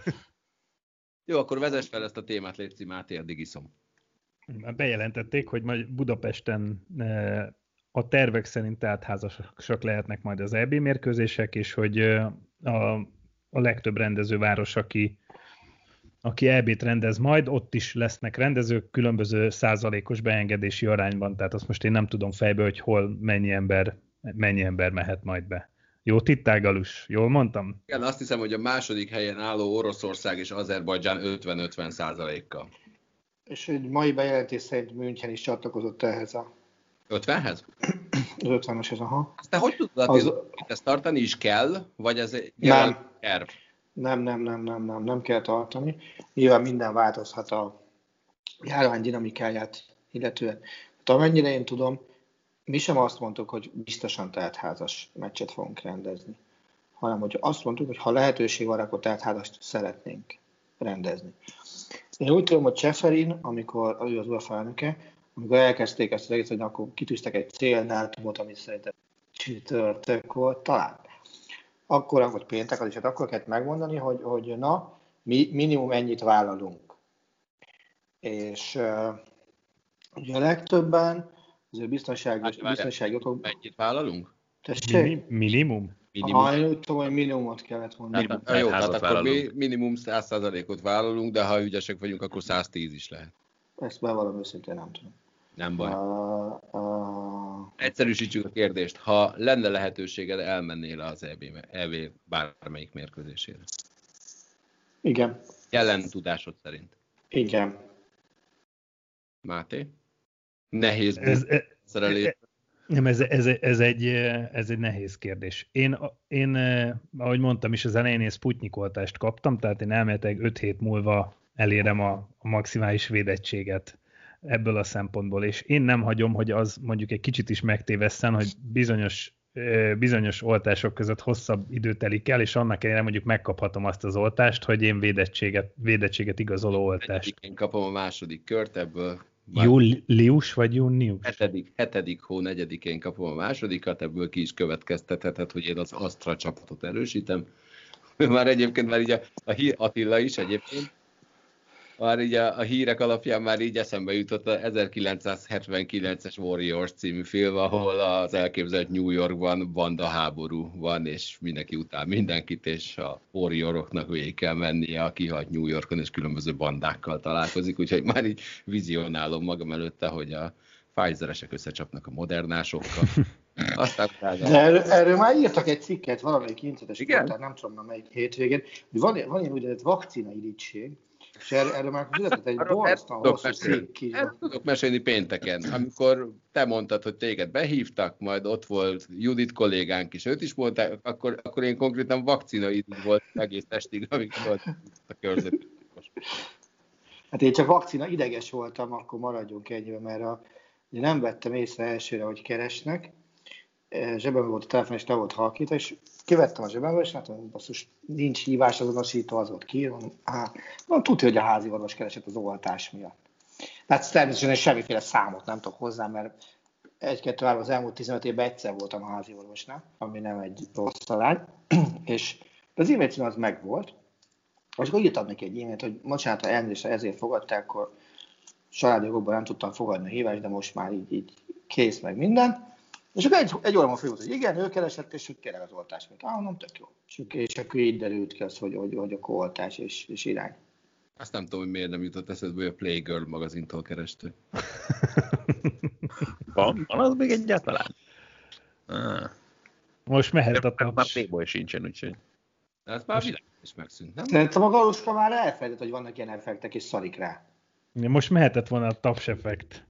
Jó, akkor vezess fel ezt a témát, létszik, Máté, addig iszom. Bejelentették, hogy majd Budapesten a tervek szerint teltházasak lehetnek majd az é bé mérkőzések, és hogy a, a legtöbb rendezőváros, aki, aki é bét rendez majd, ott is lesznek rendezők különböző százalékos beengedési arányban, tehát azt most én nem tudom fejbe, hogy hol mennyi ember, mennyi ember mehet majd be. Jó tittál, Galus? Jól mondtam? Igen, azt hiszem, hogy a második helyen álló Oroszország és Azerbajdzsán ötven-ötven százalékkal. És egy mai bejelentés szerint München is csatlakozott ehhez a... ötvenhez? Az ötvenes ez, aha. Azt te hogy tudod, az... hogy ezt tartani is kell, vagy ez egy nem. terv? Nem, nem, nem, nem, nem, nem kell tartani. Nyilván minden változhat a járvány dinamikáját illetően. Hát amennyire én tudom, mi sem azt mondtuk, hogy biztosan teltházas meccset fogunk rendezni, hanem hogy azt mondtuk, hogy ha lehetőség van, akkor teltházast szeretnénk rendezni. Én úgy tudom, hogy Cseferin, amikor ő az UEFA elnöke, amikor elkezdték ezt az egész, hogy akkor kitűztek egy céldátumot, amit szerintem csütörtök volt, talán. Akkor, vagy péntek, az is, hát akkor kellett megmondani, hogy, hogy na, mi minimum ennyit vállalunk. És uh, ugye a legtöbben, azért biztonságos, hát, biztonsági okok... Mennyit vállalunk? Tessék? Minimum? Minimum. Ah, én úgy tudom, hogy minimumot kellett mondani. Hát, hát, jó, tehát akkor mi minimum száz százalékot vállalunk, de ha ügyesek vagyunk, akkor száz tíz is lehet. Ezt bevallom őszintén, nem tudom. Nem baj. Uh, uh... Egyszerűsítsük a kérdést. Ha lenne lehetőséged, elmennél az é bé bármelyik mérkőzésére? Igen. Jelen tudásod szerint? Igen. Máté? Nehéz ez, szerelés. Nem, ez, ez, ez, egy, ez egy nehéz kérdés. Én, én, ahogy mondtam is, az elején én Sputnik oltást kaptam, tehát én elméletileg öt hét múlva elérem a, a maximális védettséget ebből a szempontból, és én nem hagyom, hogy az mondjuk egy kicsit is megtévesszen, hogy bizonyos, bizonyos oltások között hosszabb idő telik el, és annak ellenére mondjuk megkaphatom azt az oltást, hogy én védettséget, védettséget igazoló oltást. Én kapom a második kört ebből. Július vagy június? Hetedik, hetedik hó negyedikén kapom a másodikat, ebből ki is következtetheted, hogy én az Astra csapatot erősítem. Már egyébként már így a, a hír, Attila is egyébként, már így a, a hírek alapján már így eszembe jutott az ezerkilencszázhetvenkilences Warriors című film, ahol az elképzelt New Yorkban banda háború van, és mindenki utál mindenkit, és a Warrioroknak végig kell mennie, aki hagy New Yorkon, és különböző bandákkal találkozik, úgyhogy már így vizionálom magam előtte, hogy a Pfizeresek összecsapnak a modernásokkal. Aztán de erről, erről már írtak egy cikket valamelyik internetes portál, nem tudom, melyik hétvégén, hogy van, van ilyen úgynevezett vakcina irigység, és erről, erről már született egy borzasztóan hosszú cikk is. Ezt tudok mesélni pénteken, amikor te mondtad, hogy téged behívtak, majd ott volt Judit kollégánk is, őt is mondták, akkor, akkor én konkrétan vakcina idig volt egész estig, amíg volt a körzet. Hát én csak vakcina ideges voltam, akkor maradjunk ennyiben, mert a, nem vettem észre elsőre, hogy keresnek. Zsebemben volt a telefon, és le volt halkítva, és kivettem a zsebembe, és látom, basszus, nincs hívás azonosító, az volt ki. Hát, tudja, hogy a házi orvos keresett az oltás miatt. Tehát természetesen semmiféle számot nem tudok hozzá, mert egy-kettő az elmúlt tizenöt évben egyszer voltam a házi orvosnál, ami nem egy rossz arány, és az e-mail cím az megvolt, és akkor írtam neki egy e-mailt, hogy bocsánat, ha elnézést ezért fogadták, akkor családi jogokban nem tudtam fogadni a hívást, de most már így, így kész meg minden. És akkor egy, egy óra fölült, hogy igen, ő keresett, és hogy kérek az oltást. Mint, ah, nem, tök jó. És, és akkor így derült ki az, hogy, hogy, hogy akkor oltás és, és irány. Azt nem tudom, hogy miért nem jutott eszedbe, hogy a Playgirl magazintól kerestő. Van? Van az még egyáltalán? Ah. Most mehet a taps. Már Playboy sincsen, úgyhogy. Ez már világ is megszűnt, nem? Szerintem a Galuska már elfelejtett, hogy vannak ilyen effektek, és szarik rá. Most mehetett volna a taps effekt.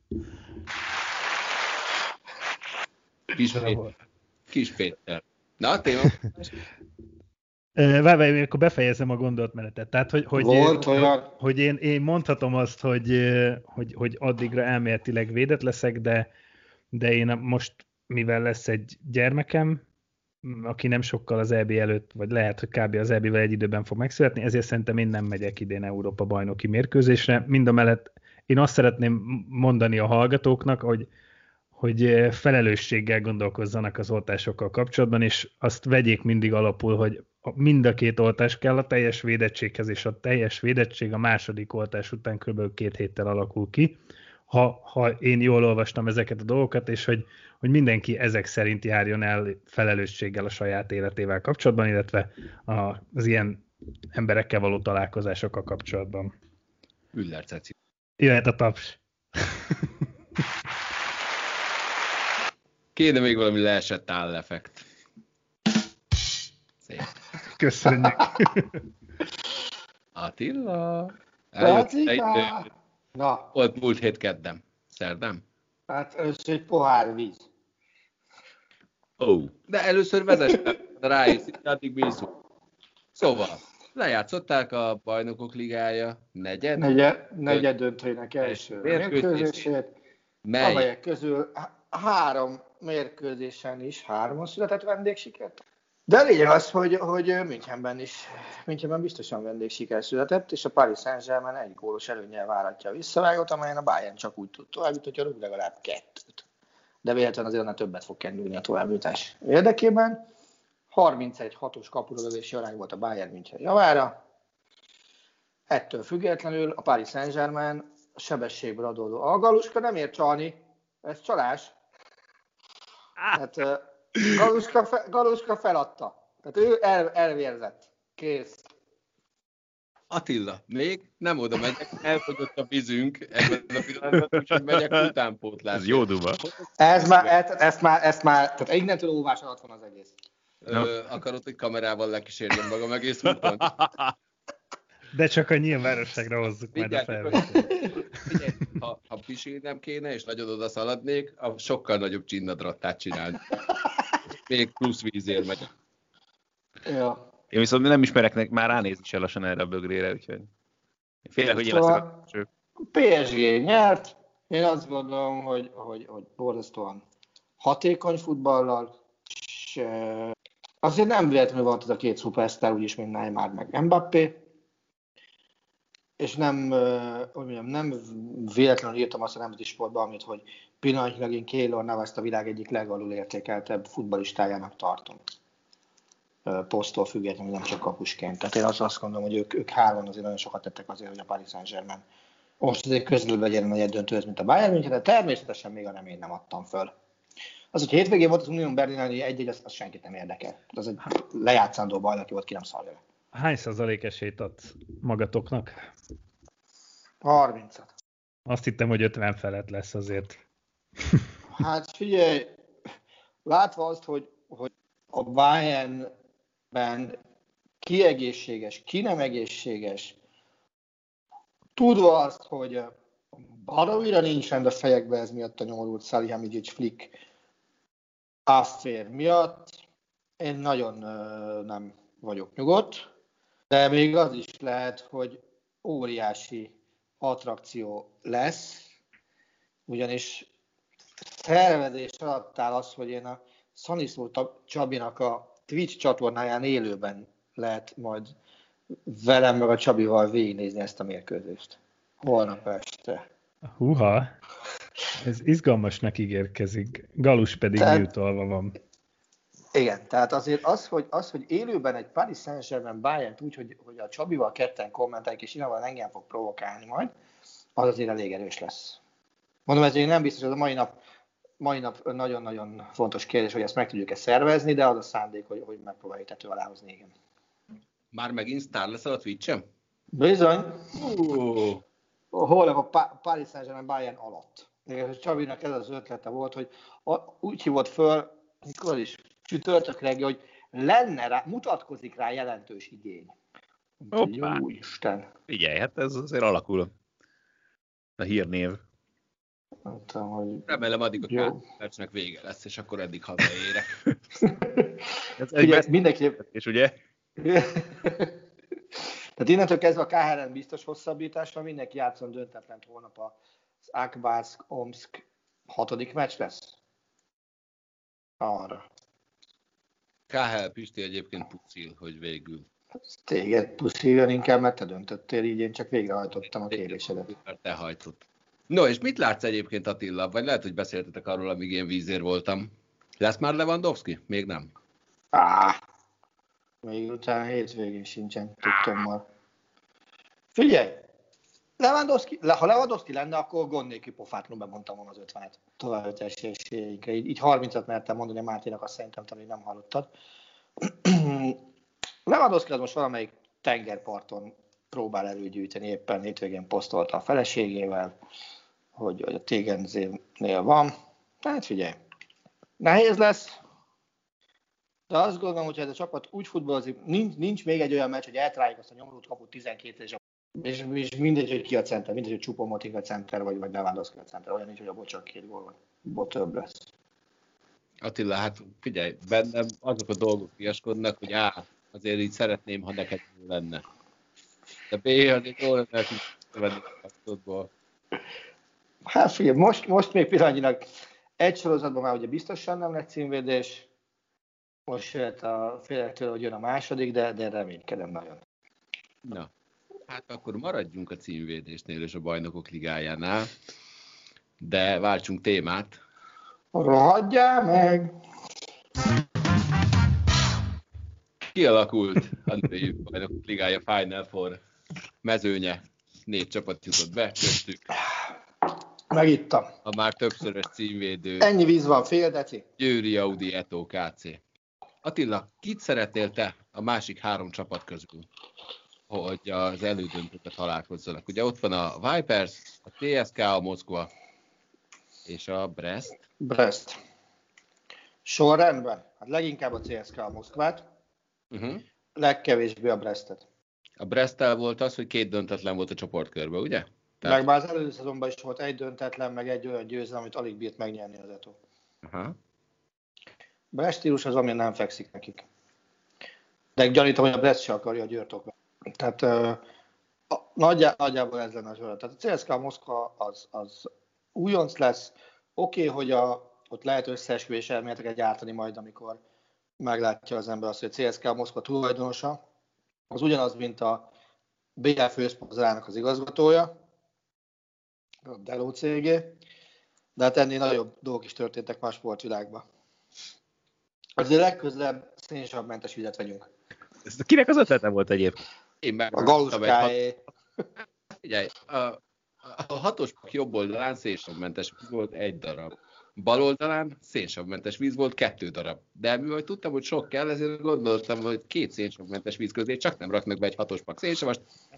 Kis Péter. Kis Péter. Na, téma. Várj, várj, akkor befejezem a gondolatmenetet. Tehát, hogy, hogy, Volt hogy, olyan... hogy én, én mondhatom azt, hogy, hogy, hogy addigra elméletileg védett leszek, de, de én most, mivel lesz egy gyermekem, aki nem sokkal az é bé előtt, vagy lehet, hogy kb. Az é bével egy időben fog megszületni, ezért szerintem én nem megyek idén Európa bajnoki mérkőzésre. Mindamellett én azt szeretném mondani a hallgatóknak, hogy, hogy felelősséggel gondolkozzanak az oltásokkal kapcsolatban, és azt vegyék mindig alapul, hogy mind a két oltás kell a teljes védettséghez, és a teljes védettség a második oltás után kb. Két héttel alakul ki, ha, ha én jól olvastam ezeket a dolgokat, és hogy, hogy mindenki ezek szerint járjon el felelősséggel a saját életével kapcsolatban, illetve az ilyen emberekkel való találkozásokkal kapcsolatban. Üller Ceci. Jöhet a taps. Kéne még valami leesett álleffekt. Szép. Köszönjük. Attila. Attila. Na. Volt múlt hét keddem. Szerdán? Hát először egy pohár víz. Ó. Oh. De először vezess, rájössz, addig bízunk. Szóval, lejátszották a Bajnokok Ligája negyed. Negyed, negyed döntőjének első mérkőzését, amelyek közül három mérkőzésen is hárman született vendégsikert. De a lényeg az, hogy, hogy Münchenben is, Münchenben biztosan vendégsiker született, és a Paris Saint-Germain egy gólos előnnyel váratja a visszavágót, amelyen a Bayern csak úgy tud továbbjutni, hogyha rúg legalább kettőt. De véletlenül azért annál többet fog kerülni a továbbjutás érdekében. harmincegy hatos kapulövősi arány volt a Bayern München javára. Ettől függetlenül a Paris Saint-Germain a sebességből adódó. A Galuska nem ér csalni, ez csalás. Hát Galuska, fe, Galuska feladta. Tehát ő el, elvérzett. Kész. Attila, még nem oda megyek, elfogyott a vízünk ebben a pillanatban, úgyhogy megyek utánpótlásra. Ez jó duba. Ez már, ezt, ezt már, ezt már, tehát innentől óvás alatt van az egész. Ö, akarod, hogy kamerával lekísérjem magam egész úton? De csak a nyilvánosságra hozzuk majd a felvételt. Ha, ha pisilnem kéne, és nagyon oda szaladnék, a sokkal nagyobb csinnadrattát csinálni. Még plusz vízért megyek. Ja. Én viszont nem ismerek, már ránézni se lassan erre a bögrére, úgyhogy félek, hogy én leszek a első. pé es gé nyert. Én azt gondolom, hogy, hogy, hogy borzasztóan hatékony futballal, és azért nem véletlenül volt ez a két szupersztár, úgyis, mint Neymar meg Mbappé. És nem, hogy mondjam, nem véletlenül írtam azt a nemzeti sportban, amit, hogy pillanatnyilag én Keylor Navast a világ egyik legalul értékeltebb futballistájának tartom. Poszttól függetlenül, nem csak kapusként. Tehát én azt, azt gondolom, hogy ők, ők hárman azért nagyon sokat tettek azért, hogy a Paris Saint-Germain most azért közül legyen a negyed döntőhöz, mint a Bayern München, de természetesen még a reményt nem adtam föl. Az, hogy hétvégén volt az Unión Berlin egy-egy, az, az senkit nem érdekel. Az egy lejátszandó bajnoki volt, ki nem szarja le. Hány százalék esélyt adsz magatoknak? harmincat. Azt hittem, hogy ötven felett lesz azért. Hát figyelj, látva azt, hogy, hogy a Bayernben ki egészséges, ki nem egészséges, tudva azt, hogy baromira nincs rend a fejekbe ez miatt a nyomorult Salihamidzic Flick affér miatt, én nagyon uh, nem vagyok nyugodt, de még az is lehet, hogy óriási attrakció lesz, ugyanis szervezés alatt áll az, hogy én a Szaniszló Csabinak a Twitch csatornáján élőben lehet majd velem meg a Csabival végignézni ezt a mérkőzést. Holnap este. Húha! Ez izgalmasnak ígérkezik. Galus pedig Tehát, műtolva van. Igen, tehát azért az, hogy, az, hogy élőben egy Paris Saint-Germain Bayern úgy, hogy, hogy a Csabival ketten kommenteljük, és nyilván engem fog provokálni majd, az azért elég erős lesz. Mondom, ez nem biztos, hogy a mai nap, mai nap nagyon-nagyon fontos kérdés, hogy ezt meg tudjuk-e szervezni, de az a szándék, hogy, hogy megpróbáljuk tető alá hozni, igen. Már megint sztár leszel a Twitch-en? Bizony. Uh. Holnap a pa- Paris Saint-Germain Bayern alatt. Csabinak ez az ötlete volt, hogy úgy hívott föl, mikor is csütörtök reggel, hogy lenne rá, mutatkozik rá jelentős igény. Hoppá. Jó Isten. Figyelj, hát ez azért alakul a hírnév. Mondtam, hogy... Remélem addig a két percnek vége lesz, és akkor eddig hazaérek. Ez Figyelj, egy mindenképp... és ugye? Tehát innentől kezdve a ká há er biztos hosszabbításra, mindenki játszon döntetlent holnap az Akbarsk-Omsk hatodik meccs lesz. Arra. ká há el Pisti egyébként pucil, hogy végül. Téged pusziljon inkább, mert te döntöttél, így én csak végrehajtottam a kérésedet. Te hajtott. No, és mit látsz egyébként, Attila? Vagy lehet, hogy beszéltetek arról, amíg én vízér voltam. Lesz már Lewandowski? Még nem. Ah, még utána hétvégén sincsen tudtommal. Figyelj! Lewandowski, ha Lewandowski lenne, akkor gond nélkül pofátlanul bemondtam volna az ötvenet. Tovább esélyeinkre. Így, így harmincat mertem mondani a Máténak, azt szerintem talán nem hallottad. Lewandowski az most valamelyik tengerparton próbál előgyűjteni, éppen hétvégén posztolta a feleségével, hogy, hogy a Tegenzénél van. Hát figyelj, nehéz lesz, de azt gondolom, hogy ez a csapat úgy futballozik, nincs, nincs még egy olyan meccs, hogy eltaláljuk azt a nyomorult kaput tizenkét és, és, és mindegy, hogy ki a center, mindegy, hogy Choupo-Moting a center, vagy, vagy Lewandowski a center, olyan nincs, hogy abból csak két gól van, abból több lesz. Attila, hát figyelj, bennem azok a dolgok fiaskodnak, hogy á, azért így szeretném, ha neked jó lenne. De B, azért jól lenne, hogy venni a tudból. Hát figyelj, most, most még pillanatnyilag egy sorozatban már ugye biztosan nem lett címvédés. Most jött a félek tőle, hogy jön a második, de, de reménykedem nagyon. Na, hát akkor maradjunk a címvédésnél és a Bajnokok Ligájánál, de váltsunk témát. Rohadjál meg! Kialakult a női Bajnokok Ligája Final Four mezőnye. Négy csapat jutott be, köztük. Megittam. A már többszörös címvédő. Ennyi víz van, fél deci. Győri Audi Eto ká cé. Attila, kit szeretnél te a másik három csapat közül, hogy az elődöntőket találkozzanak? Ugye ott van a Vipers, a té es ká, a Moszkva és a Brest. Brest. Sorrendben. Hát leginkább a cé es ká a Moszkvát, Uh-huh. legkevésbé a Brestet. A Bresttel volt az, hogy két döntetlen volt a csoportkörben, ugye? Tehát... Meg már az előző szezonban is volt egy döntetlen, meg egy olyan győzelem, amit alig bírt megnyerni az Eto. Aha. Brest stílus az, ami nem fekszik nekik. De gyanítom, hogy a Brest se akarja a Győrtokba. Tehát uh, nagyjá, nagyjából ez lenne a sorra. Tehát a cé es ká Moszkva az, az újonc lesz. Oké, okay, hogy a, ott lehet összeesküvés elméleteket gyártani majd, amikor meglátja az ember azt, hogy a cé es ká Moszkva tulajdonosa. Az ugyanaz, mint a bé el főszponzorának az igazgatója, a Delo cégé, de hát ennél nagyobb dolgok is történtek más sportvilágban. Azért legközelebb szénsavmentes vizet vegyünk. Ez kinek az ötlete volt egyébként? Én meg A Galuskáé. Figyelj, a, a hatospak jobb oldalán szénsavmentes víz volt egy darab. Bal oldalán szénsavmentes víz volt kettő darab. De mivel tudtam, hogy sok kell, ezért gondoltam, hogy két szénsavmentes víz közé csak nem raknak be egy hatospak szénsavast.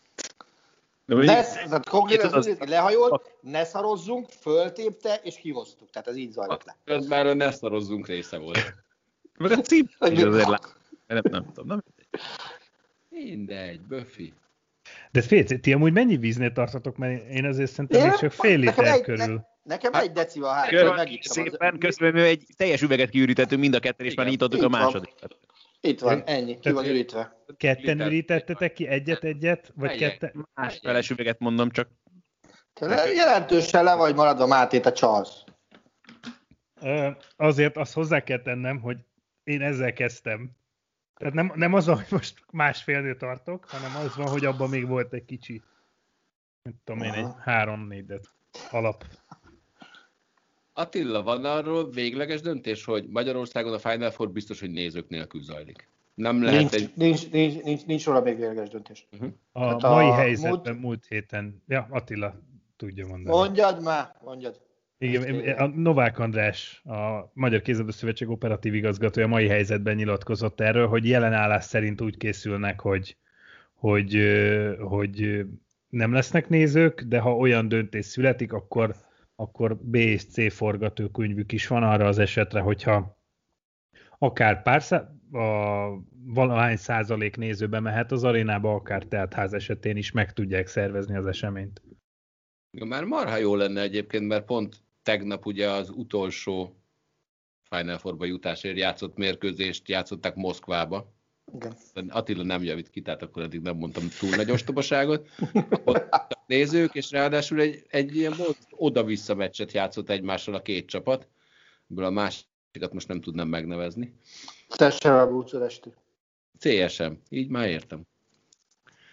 Ne, konkrétan az, az lehajolt, ne szarozzunk, föltépte és kihoztuk. Tehát ez így zajlott le. Közben a ne szarozzunk része volt. Meg a cím is azért lát. Nem, nem tudom, nem. Mindegy, Buffy. De fél, ti amúgy mennyi víznél tartatok? Mert én azért szerintem még csak fél liter körül. Ne, nekem egy decival hát, szépen, közben egy teljes üveget kiürítettünk mind a ketten, és már nyitottuk a másodikat. Itt van, ennyi, ki van ürítve. Ketten ürítettetek ki egyet-egyet? Vagy ketten? Másfeles üveget mondom, csak... Te jelentősen le vagy maradva, Máté, te csalsz. Azért azt hozzá kell tennem, hogy én ezzel kezdtem. Tehát nem, nem az, hogy most másfélnél tartok, hanem az van, hogy abban még volt egy kicsi, nem tudom én, egy három-négy alap. Attila, van arról végleges döntés, hogy Magyarországon a Final Four biztos, hogy nézők nélkül zajlik? Nem lehet nincs, egy... nincs, nincs, nincs, nincs róla még végleges döntés. Uh-huh. A hát mai a helyzetben múlt... múlt héten, ja, Attila tudja mondani. Mondjad már, mondjad. Igen, a Novák András, a Magyar Kézilabda Szövetség operatív igazgatója mai helyzetben nyilatkozott erről, hogy jelen állás szerint úgy készülnek, hogy, hogy, hogy nem lesznek nézők, de ha olyan döntés születik, akkor, akkor B és C forgatókönyvük is van arra az esetre, hogyha akár pár szá- a valahány százalék nézőbe mehet az arénába, akár teltház esetén is meg tudják szervezni az eseményt. Ja, már marha jó lenne egyébként, mert pont tegnap ugye az utolsó Final Four-ba jutásért játszott mérkőzést játszották Moszkvába. Igen. Attila nem javít ki, tehát akkor eddig nem mondtam túl nagy ostobaságot. Ott nézők, és ráadásul egy, egy ilyen oda-vissza meccset játszott egymással a két csapat. Ebből a másikat most nem tudnám megnevezni. Tessével Bucuresti. cé es em, így már értem.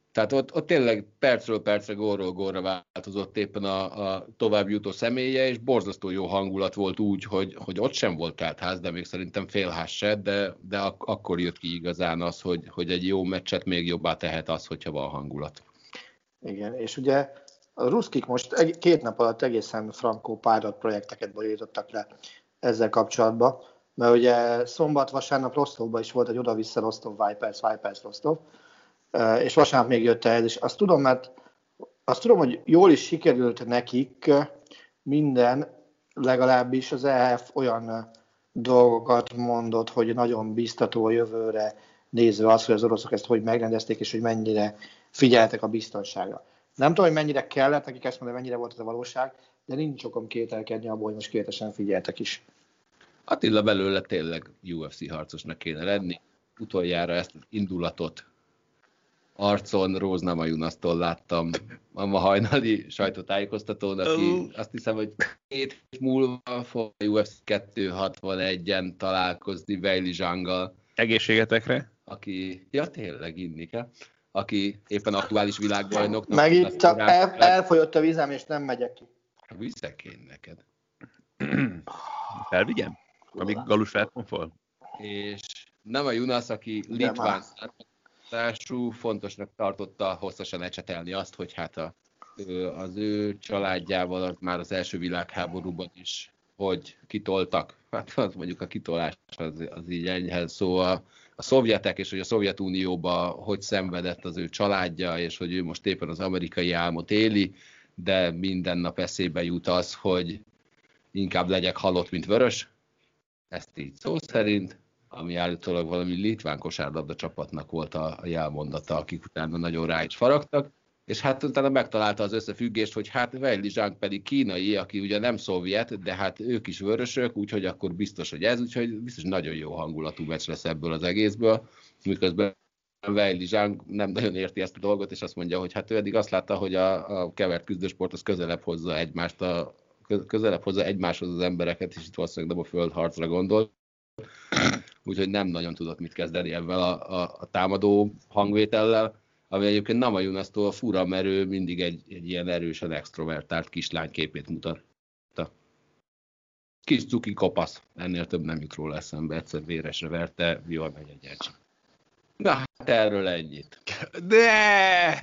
Tehát ott, ott tényleg percről percre, gólról gólra változott éppen a, a tovább jutó személye, és borzasztó jó hangulat volt úgy, hogy, hogy ott sem volt teltház, de még szerintem félház se, de, de ak- akkor jött ki igazán az, hogy, hogy egy jó meccset még jobbá tehet az, hogyha van hangulat. Igen, és ugye a ruszkik most két nap alatt egészen frankó pilot projekteket borítottak le ezzel kapcsolatban, mert ugye szombat-vasárnap Rostovban is volt egy oda-vissza Rostov, Vipers, Vipers, Rostov, és vasárnap még jött el, és azt tudom, mert azt tudom, hogy jól is sikerült nekik minden, legalábbis az E H F olyan dolgokat mondott, hogy nagyon biztató a jövőre nézve az, hogy az oroszok ezt hogy megrendezték, és hogy mennyire figyeltek a biztonságra. Nem tudom, hogy mennyire kellett nekik ezt mondani, mennyire volt ez a valóság, de nincs okom kételkedni abból, hogy most kétesen figyeltek is. Attila belőle tényleg U F C harcosnak kéne lenni. Utoljára ezt az indulatot arcon Róz Namajunas-tól láttam a ma hajnali sajtótájékoztatón, aki azt hiszem, hogy két év múlva fog a U F C kétszázhatvanegyen találkozni Weili Zhanggal. Egészségetekre? Aki, ja tényleg inni kell, aki éppen aktuális világbajnok. Meg itt csak el, elfolyott a vízem, és nem megyek ki. Viszek én neked. Felvigyem? Amíg Galus felkonfol? És Namajunas, aki litván származású, fontosnak tartotta hosszasan ecsetelni azt, hogy hát a, az ő családjával az már az első világháborúban is, hogy kitoltak. Hát az mondjuk a kitolás az, az így enyhe szó. A, a szovjetek, és hogy a Szovjetunióban hogy szenvedett az ő családja, és hogy ő most éppen az amerikai álmot éli, de minden nap eszébe jut az, hogy inkább legyek halott, mint vörös. Ezt így szó szerint, ami állítólag valami litván kosárlabda csapatnak volt a jelmondata, akik utána nagyon rá is faragtak, és hát utána megtalálta az összefüggést, hogy hát Weili Zhang pedig kínai, aki ugye nem szovjet, de hát ők is vörösök, úgyhogy akkor biztos, hogy ez, úgyhogy biztos nagyon jó hangulatú meccs lesz ebből az egészből, miközben Weili Zhang nem nagyon érti ezt a dolgot, és azt mondja, hogy hát ő eddig azt látta, hogy a, a kevert küzdősport az közelebb hozza egymást, a, közelebb hozza egymáshoz az embereket, és itt valószínűleg nem a földharcra gondol. Úgyhogy nem nagyon tudott mit kezdeni ebben a, a, a támadó hangvétellel, ami egyébként Namajunas-tól fura, mert ő mindig egy, egy ilyen erősen extrovertált kislány képét mutatta. Kis cuki kopasz, ennél több nem jut róla eszembe, egyszer véresre verte, jól megy egy elcsik. Na, hát erről ennyit. De!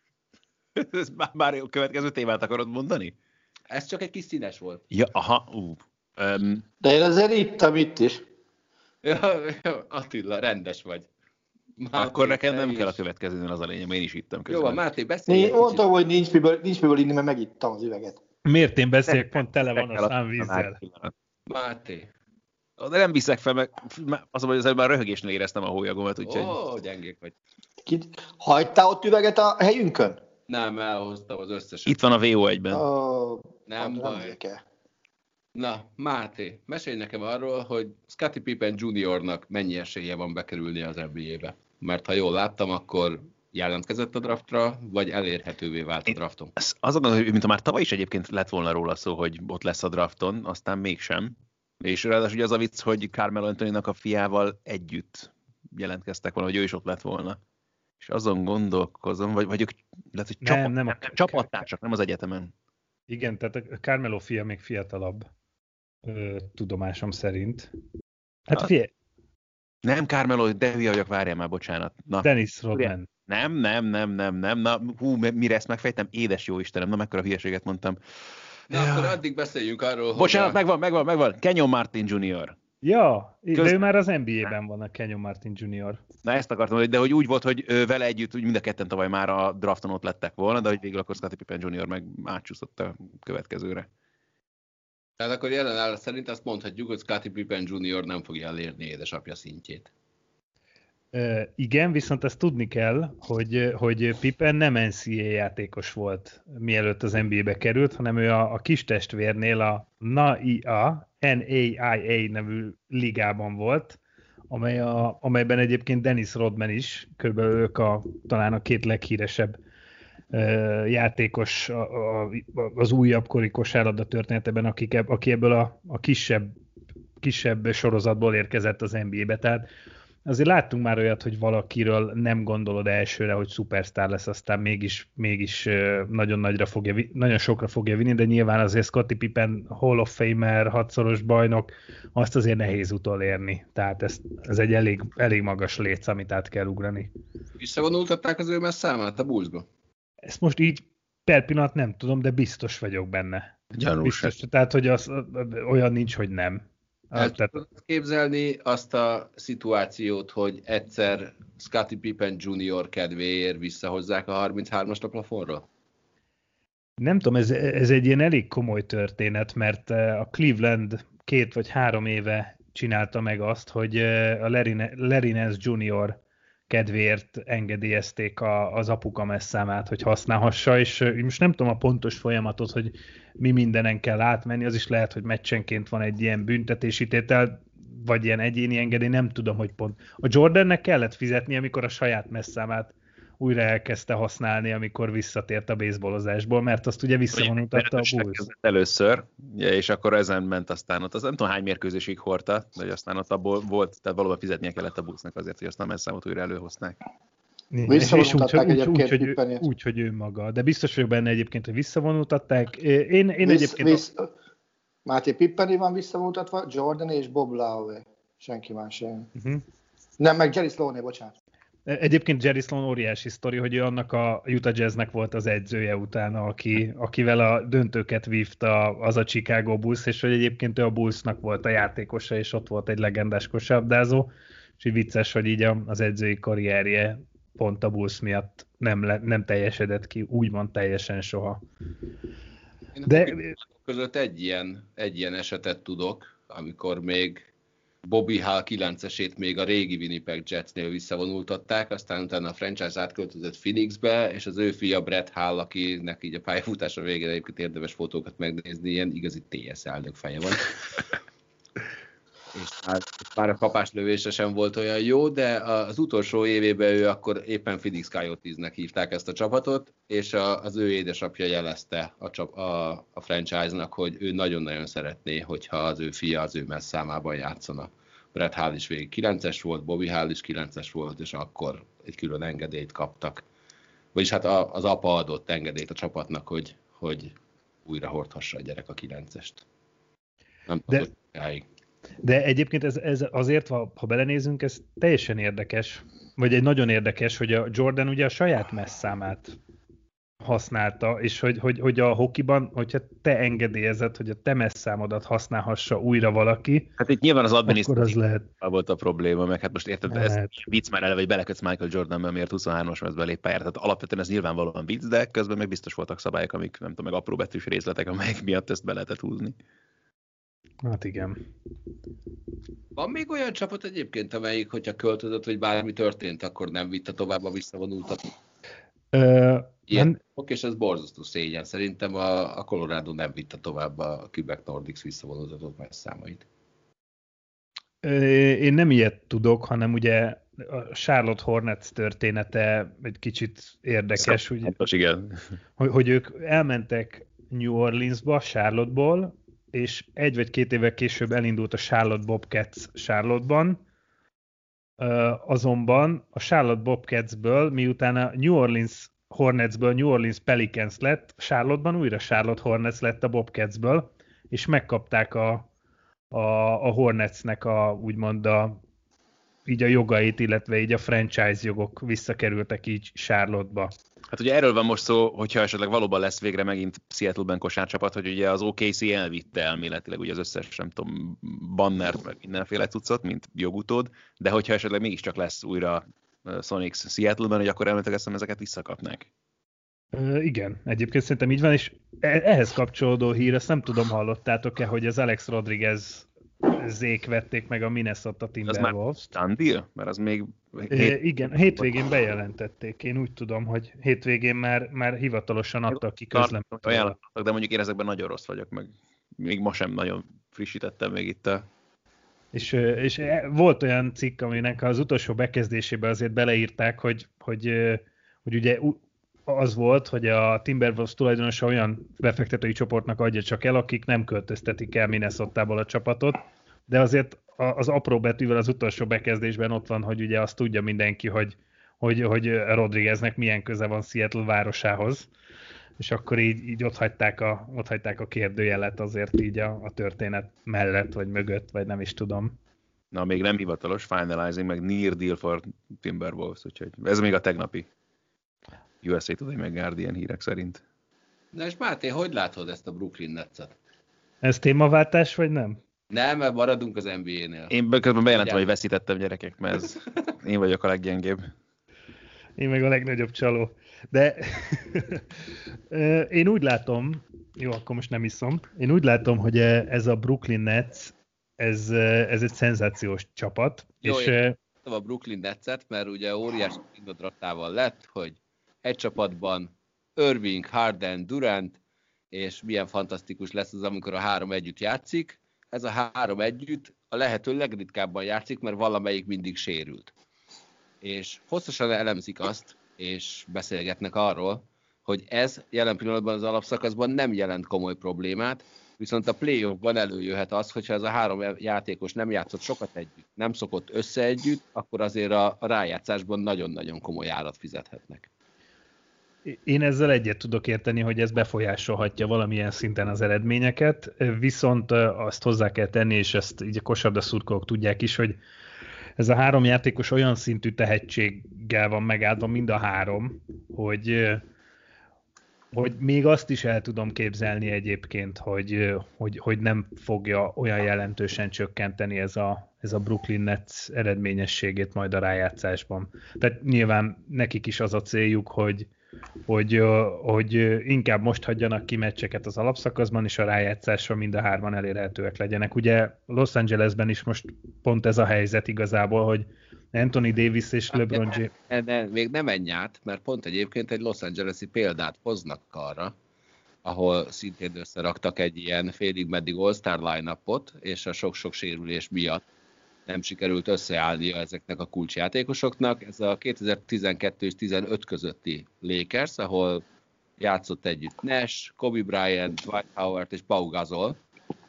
Ez már a következő témát akarod mondani? Ez csak egy kis színes volt. Ja, aha, ú. Um, De én azért ittam itt is. Ja, Attila, rendes vagy. Máté, akkor nekem nem is kell a következőn, az a lényeg, én is ittam közben. Jó, Máté, beszélj egy Mondtam, hogy nincs miből, nincs miből inni, mert megittam az üveget. Miért én beszélek? Pont tele van a számvízzel. Máté. De nem viszek fel, meg az, hogy az már röhögésnél éreztem a hólyagomat, úgyhogy... Ó, gyengék vagy. Kit, hagytál ott üveget a helyünkön? Nem, elhoztam az összeset. Itt van a vé o egyben. Oh, nem baj. Na, Máté, mesélj nekem arról, hogy Scottie Pippen juniornak mennyi esélye van bekerülni az en bé á-be. Mert ha jól láttam, akkor jelentkezett a draftra, vagy elérhetővé vált a drafton? Azon gondolom, hogy mint ha már tavaly is egyébként lett volna róla szó, hogy ott lesz a drafton, aztán mégsem. És ráadásul ugye az a vicc, hogy Carmelo Anthonynak a fiával együtt jelentkeztek volna, hogy ő is ott lett volna. És azon gondolkozom, vagy, vagy ők lehet, hogy nem, csapat, nem, a... csapattársak, nem az egyetemen. Igen, tehát a Carmelo fia még fiatalabb, ö, tudomásom szerint. Hát Na, figyelj. Nem Carmelo, de hülye vagyok, várjál már, bocsánat. Na, Dennis Rodman. Nem, nem, nem, nem, nem. Na, hú, mire ezt megfejtem? Édes jó Istenem, na mekkora hülyeséget mondtam. Na, ja. Akkor addig beszéljünk arról, Bocsánat, hogy... A... megvan, megvan, megvan. Kenyon Martin junior Ja, de Köz... ő már az en bé á-ben van, a Kenyon Martin junior Na ezt akartam mondani, de hogy úgy volt, hogy vele együtt úgy mind a ketten tavaly már a drafton ott lettek volna, de hogy végül akkor Scottie Pippen junior meg átcsúszott a következőre. Tehát akkor jelen áll szerint azt mondhatjuk, hogy Scottie Pippen junior nem fogja elérni édesapja szintjét. Uh, igen, viszont ezt tudni kell, hogy, hogy Pippen nem en cé á á játékos volt, mielőtt az en bé á-be került, hanem ő a, a kis testvérnél a en á i á, en á i á nevű ligában volt, amely a, amelyben egyébként Dennis Rodman is, körülbelül ők a, talán a két leghíresebb uh, játékos a, a, az újabb kori kosárlabda történetében, akik, aki ebből a, a kisebb, kisebb sorozatból érkezett az en bé á-be. Tehát azért láttunk már olyat, hogy valakiről nem gondolod elsőre, hogy szupersztár lesz, aztán mégis, mégis nagyon nagyra fogja, nagyon sokra fogja vinni, de nyilván azért Scottie Pippen Hall of Famer, hatszoros bajnok, azt azért nehéz utolérni. Tehát ez, ez egy elég, elég magas léc, amit át kell ugrani. Visszavonultatták az ő messzámát a Bullsba? Ezt most így per pillanat nem tudom, de biztos vagyok benne. Gyanús. Biztos, tehát, hogy az, olyan nincs, hogy nem. El Tehát... tudod képzelni azt a szituációt, hogy egyszer Scottie Pippen junior kedvéért visszahozzák a harminchármast a plafonról? Nem tudom, ez, ez egy ilyen elég komoly történet, mert a Cleveland két vagy három éve csinálta meg azt, hogy a Larry, Larry Nance junior kedvéért engedélyezték a, az apuka messzámát, hogy használhassa, és most nem tudom a pontos folyamatot, hogy mi mindenen kell átmenni, az is lehet, hogy meccsenként van egy ilyen büntetési tétel, vagy ilyen egyéni engedély, nem tudom, hogy pont. A Jordannek kellett fizetni, amikor a saját messzámát újra elkezdte használni, amikor visszatért a baseballozásból, mert azt ugye visszavonultatta a Bulls. Először, és akkor ezen ment aztán ott, az nem tudom hány mérkőzésig hordta, de aztán ott abból volt, tehát valóban fizetnie kellett a Bullsnak azért, hogy azt a messzámot újra előhozták. És úgy, úgy, úgy, hogy ő, úgy, hogy ő maga. De biztos vagyok benne egyébként, hogy visszavonultatták. Én, én Visz, egyébként... Visz, Máté Pippeni van visszavonultatva, Jordan és Bob Lowry. Senki más sem. Uh-huh. Nem, meg Jerry Sloan, bocsánat. Egyébként Jerry Sloan óriási sztori, hogy ő annak a Utah Jazznek volt az edzője utána, aki, akivel a döntőket vívta az a Chicago Bulls, és hogy egyébként ő a Bullsnak volt a játékosa, és ott volt egy legendás kosárlabdázó, és így vicces, hogy így az edzői karrierje pont a Bulls miatt nem, le, nem teljesedett ki, úgymond teljesen soha. Én De... között egy ilyen, egy ilyen esetet tudok, amikor még Bobby Hall kilencesét még a régi Winnipeg Jetsnél visszavonultatták, aztán utána a franchise átköltözött Phoenixbe, és az ő fia Brett Hall, akinek így a pályafutása végén egyébként érdemes fotókat megnézni, ilyen igazi té es elnök feje van. És már, már a kapáslövése sem volt olyan jó, de az utolsó évében ő akkor éppen Phoenix Coyotes-nek hívták ezt a csapatot, és a, az ő édesapja jelezte a, csap, a, a franchise-nak, hogy ő nagyon-nagyon szeretné, hogyha az ő fia az ő messzámában játszana. Brett Hall is végig kilences volt, Bobby Hall is kilences volt, és akkor egy külön engedélyt kaptak. Vagyis hát a, az apa adott engedélyt a csapatnak, hogy, hogy újra hordhassa a gyerek a kilencest. Nem tudom, hogy ráig. De egyébként ez, ez azért, ha, ha belenézünk, ez teljesen érdekes, vagy egy nagyon érdekes, hogy a Jordan ugye a saját messzámát használta, és hogy, hogy, hogy a hokiban, hogyha te engedélyezed, hogy a te messzámodat használhassa újra valaki, hát itt nyilván az adminisztráció lehet... volt a probléma, meg hát most érted, ez vicc már eleve, hogy belekötsz Michael Jordanben, miért huszonhármas mezbe lép pályára, tehát alapvetően ez nyilvánvalóan vicc, de közben meg biztos voltak szabályok, amik nem tudom, meg apró betűs részletek, amelyek miatt ezt be lehetett húzni. Hát igen. Van még olyan csapat egyébként, amelyik, hogyha költözött, vagy bármi történt, akkor nem vitte tovább a visszavonultatni? Uh, Ilyen, nem... és ez borzasztó szégyen. Szerintem a, a Colorado nem vitte tovább a Quebec Nordics visszavonultatott messzámait. Én nem ilyet tudok, hanem ugye a Charlotte Hornets története egy kicsit érdekes, hogy, igen. Hogy, hogy ők elmentek New Orleansba, Charlotte-ból, és egy vagy két évvel később elindult a Charlotte Bobcats Charlotte-ban, azonban a Charlotte Bobcatsből, miután a New Orleans Hornetsből New Orleans Pelicans lett, Charlotte-ban újra Charlotte Hornets lett a Bobcatsből, és megkapták a, a, a Hornetsnek a, úgymond a, így a jogait, illetve így a franchise jogok visszakerültek így Charlotte-ba. Hát ugye erről van most szó, hogyha esetleg valóban lesz végre megint Seattle-ben kosárcsapat, hogy ugye az o ká cé elvitte elméletileg ugye az összes, nem tudom, bannert, meg mindenféle cuccot, mint jogutód, de hogyha esetleg mégiscsak lesz újra Sonics Seattle-ben, hogy akkor elméletileg ezt ezeket visszakapnák. Ö, igen, egyébként szerintem így van, és ehhez kapcsolódó hír, ezt nem tudom, hallottátok-e, hogy az Alex Rodriguez zék vették meg a Minnesota Timberwolves-t. Az már deal? Mert az még... Hét... Igen, hétvégén bejelentették. Én úgy tudom, hogy hétvégén már, már hivatalosan adtak ki közleményt. Ajánlottak, de mondjuk én ezekben nagyon rossz vagyok, meg még ma sem nagyon frissítettem még itt a... És, és volt olyan cikk, aminek az utolsó bekezdésében azért beleírták, hogy, hogy, hogy ugye az volt, hogy a Timberwolves tulajdonosa olyan befektetői csoportnak adja csak el, akik nem költöztetik el Minnesotából a csapatot, de azért az apró betűvel az utolsó bekezdésben ott van, hogy ugye azt tudja mindenki, hogy, hogy, hogy Rodrigueznek milyen köze van Seattle városához, és akkor így, így ott, hagyták a, ott hagyták a kérdőjelet azért így a, a történet mellett, vagy mögött, vagy nem is tudom. Na, még nem hivatalos, finalizing, meg near deal for Timberwolves, úgyhogy ez még a tegnapi U S A Today meg Guardian hírek szerint. Na és Máté, hogy látod ezt a Brooklyn Netset? Ez témaváltás, vagy nem? Nem, mert maradunk az en bé á-nél. Én közben bejelentem, hogy veszítettem, gyerekek, mert ez, én vagyok a leggyengébb. Én meg a legnagyobb csaló. De én úgy látom, jó, akkor most nem iszom, én úgy látom, hogy ez a Brooklyn Nets, ez, ez egy szenzációs csapat. Jó, és én a Brooklyn Netset, mert ugye óriási ingodrattával lett, hogy egy csapatban Irving, Harden, Durant, és milyen fantasztikus lesz az, amikor a három együtt játszik. Ez a három együtt a lehető legritkábban játszik, mert valamelyik mindig sérült. És hosszasan elemzik azt, és beszélgetnek arról, hogy ez jelen pillanatban az alapszakaszban nem jelent komoly problémát, viszont a playoffban előjöhet az, hogyha ez a három játékos nem játszott sokat együtt, nem szokott össze együtt, akkor azért a, a rájátszásban nagyon-nagyon komoly árat fizethetnek. Én ezzel egyet tudok érteni, hogy ez befolyásolhatja valamilyen szinten az eredményeket, viszont azt hozzá kell tenni, és ezt így a kosarda szurkolók tudják is, hogy ez a három játékos olyan szintű tehetséggel van megáldva, mind a három, hogy, hogy még azt is el tudom képzelni egyébként, hogy, hogy, hogy nem fogja olyan jelentősen csökkenteni ez a, ez a Brooklyn Nets eredményességét majd a rájátszásban. Tehát nyilván nekik is az a céljuk, hogy Hogy, hogy inkább most hagyjanak ki meccseket az alapszakaszban, és a rájátszásra mind a hárman elérhetőek legyenek. Ugye Los Angelesben is most pont ez a helyzet igazából, hogy Anthony Davis és hát LeBron James... Ne, ne, még nem menj át, mert pont egyébként egy Los Angeles-i példát hoznak arra, ahol szintén összeraktak egy ilyen félig meddig All-Star line-upot, és a sok-sok sérülés miatt nem sikerült összeállnia ezeknek a kulcsjátékosoknak. Ez a kétezer-tizenkettő és tizenöt közötti Lakers, ahol játszott együtt Nash, Kobe Bryant, Dwight Howard és Pau Gasol.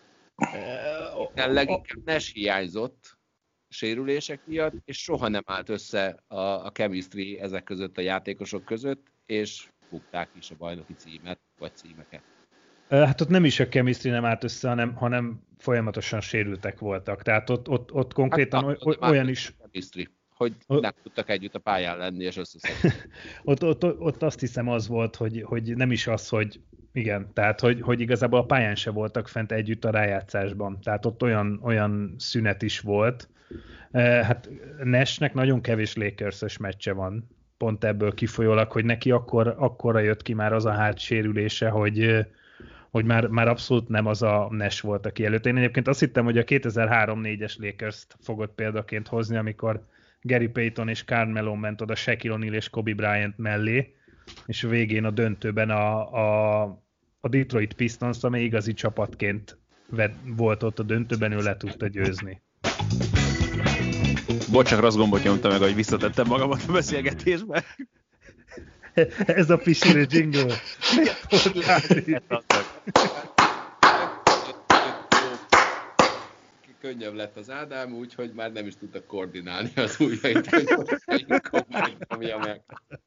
Leginkább Nash hiányzott sérülések miatt, és soha nem állt össze a, a chemistry ezek között a játékosok között, és bukták is a bajnoki címet, vagy címeket. Hát ott nem is a chemistry nem állt össze, hanem, hanem folyamatosan sérültek voltak. Tehát ott, ott, ott konkrétan hát, oly, olyan is... Chemistry, hogy ott, nem tudtak együtt a pályán lenni, és összeszedni. ott, ott, ott azt hiszem az volt, hogy, hogy nem is az, hogy igen, tehát hogy, hogy igazából a pályán se voltak fent együtt a rájátszásban. Tehát ott olyan, olyan szünet is volt. Hát Nashnek nagyon kevés Lakers-ös meccse van, pont ebből kifolyólag, hogy neki akkor, akkorra jött ki már az a hátsérülése, hogy hogy már, már abszolút nem az a Nash volt, aki előtt. Én egyébként azt hittem, hogy a kétezer-három-négyes Lakers-t fogod példaként hozni, amikor Gary Payton és Karl Malone ment oda Shaquille O'Neal és Kobe Bryant mellé, és a végén a döntőben a, a, a Detroit Pistons, amely igazi csapatként volt ott a döntőben, ő le tudta győzni. Bocs, csak rossz gombot nyomtam meg, hogy visszatettem magamat a beszélgetésbe. Ez a pisilő jingle. Könnyebb lett az Ádám, úgyhogy már nem is tudtak koordinálni az ujjait, hogy megnyomja meg.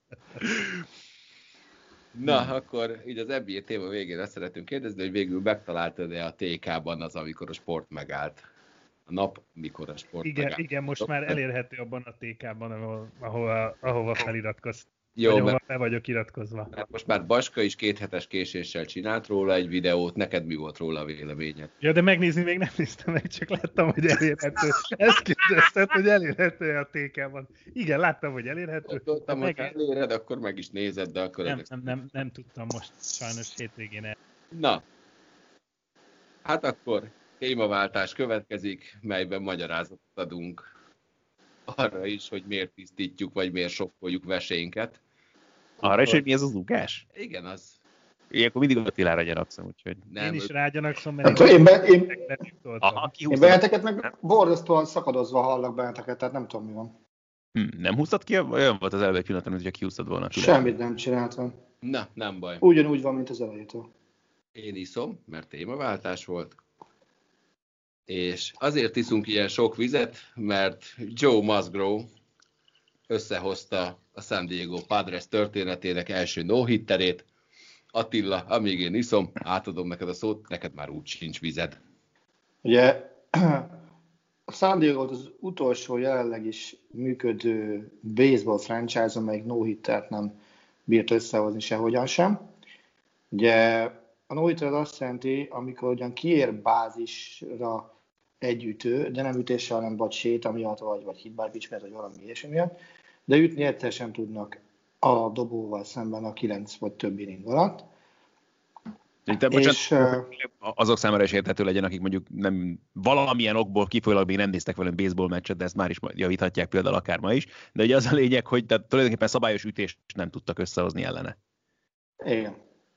Na, akkor így az en bé á téma végén azt szeretünk kérdezni, hogy végül megtaláltad-e a té ká-ban az, amikor a sport megállt? A nap, mikor a sport igen, megállt. Igen, most már elérhető abban a té ká-ban, ahol, ahova, ahova feliratkoztam. Jó, vagy mert, be vagyok iratkozva. Mert most már Baska is két hetes késéssel csinált róla egy videót, neked mi volt róla a véleményed? Ja, de megnézni még nem néztem meg, csak láttam, hogy elérhető. Ezt kérdezted, hogy elérhető a té ká-ban. Igen, láttam, hogy elérhető. Gondoltam, hogy meg... eléred, akkor meg is nézed, de akkor... Nem, nem, nem, nem tudtam most sajnos hétvégén el. Na, hát akkor témaváltás következik, melyben magyarázatot adunk arra is, hogy miért tisztítjuk, vagy miért sokkoljuk vesénket. Arra is, hogy mi ez az ugás? Igen, az. Ilyenkor mindig Attilára gyanakszom, úgyhogy... Nem, én is rágyanakszom, mert hát, én, be, én, aha, én benneteket meg borzasztóan szakadozva hallak benneteket, tehát nem tudom, mi van. Hm, nem húztad ki? Olyan volt az előbb pillanatban, hogyha kihúztad volna. Semmit nem csináltam. Na, nem baj. Ugyanúgy van, mint az elejétől. Én iszom, mert témaváltás volt. És azért iszunk ilyen sok vizet, mert Joe Musgrove összehozta a San Diego Padres történetének első no-hitterét. Attila, amíg én iszom, átadom neked a szót, neked már úgy sincs vized. Ugye a San Diego volt az utolsó jelenleg is működő baseball franchise, amelyik no-hittert nem bírt összehozni sehogyan sem. Ugye a no-hitter azt jelenti, amikor ugyan kiér bázisra egy ütő, de nem ütéssel, hanem vagy séta miatt, vagy, vagy hitbár pitch miatt, vagy valami ilyesmi miatt, de ütni egyszer sem tudnak a dobóval szemben a kilenc vagy több inning alatt. De és, azok számára is érthető legyen, akik mondjuk nem valamilyen okból kifolyólag még nem néztek velünk baseball meccset, de ezt már is javíthatják például akár ma is. De ugye az a lényeg, hogy tehát tulajdonképpen szabályos ütést nem tudtak összehozni ellene. Igen.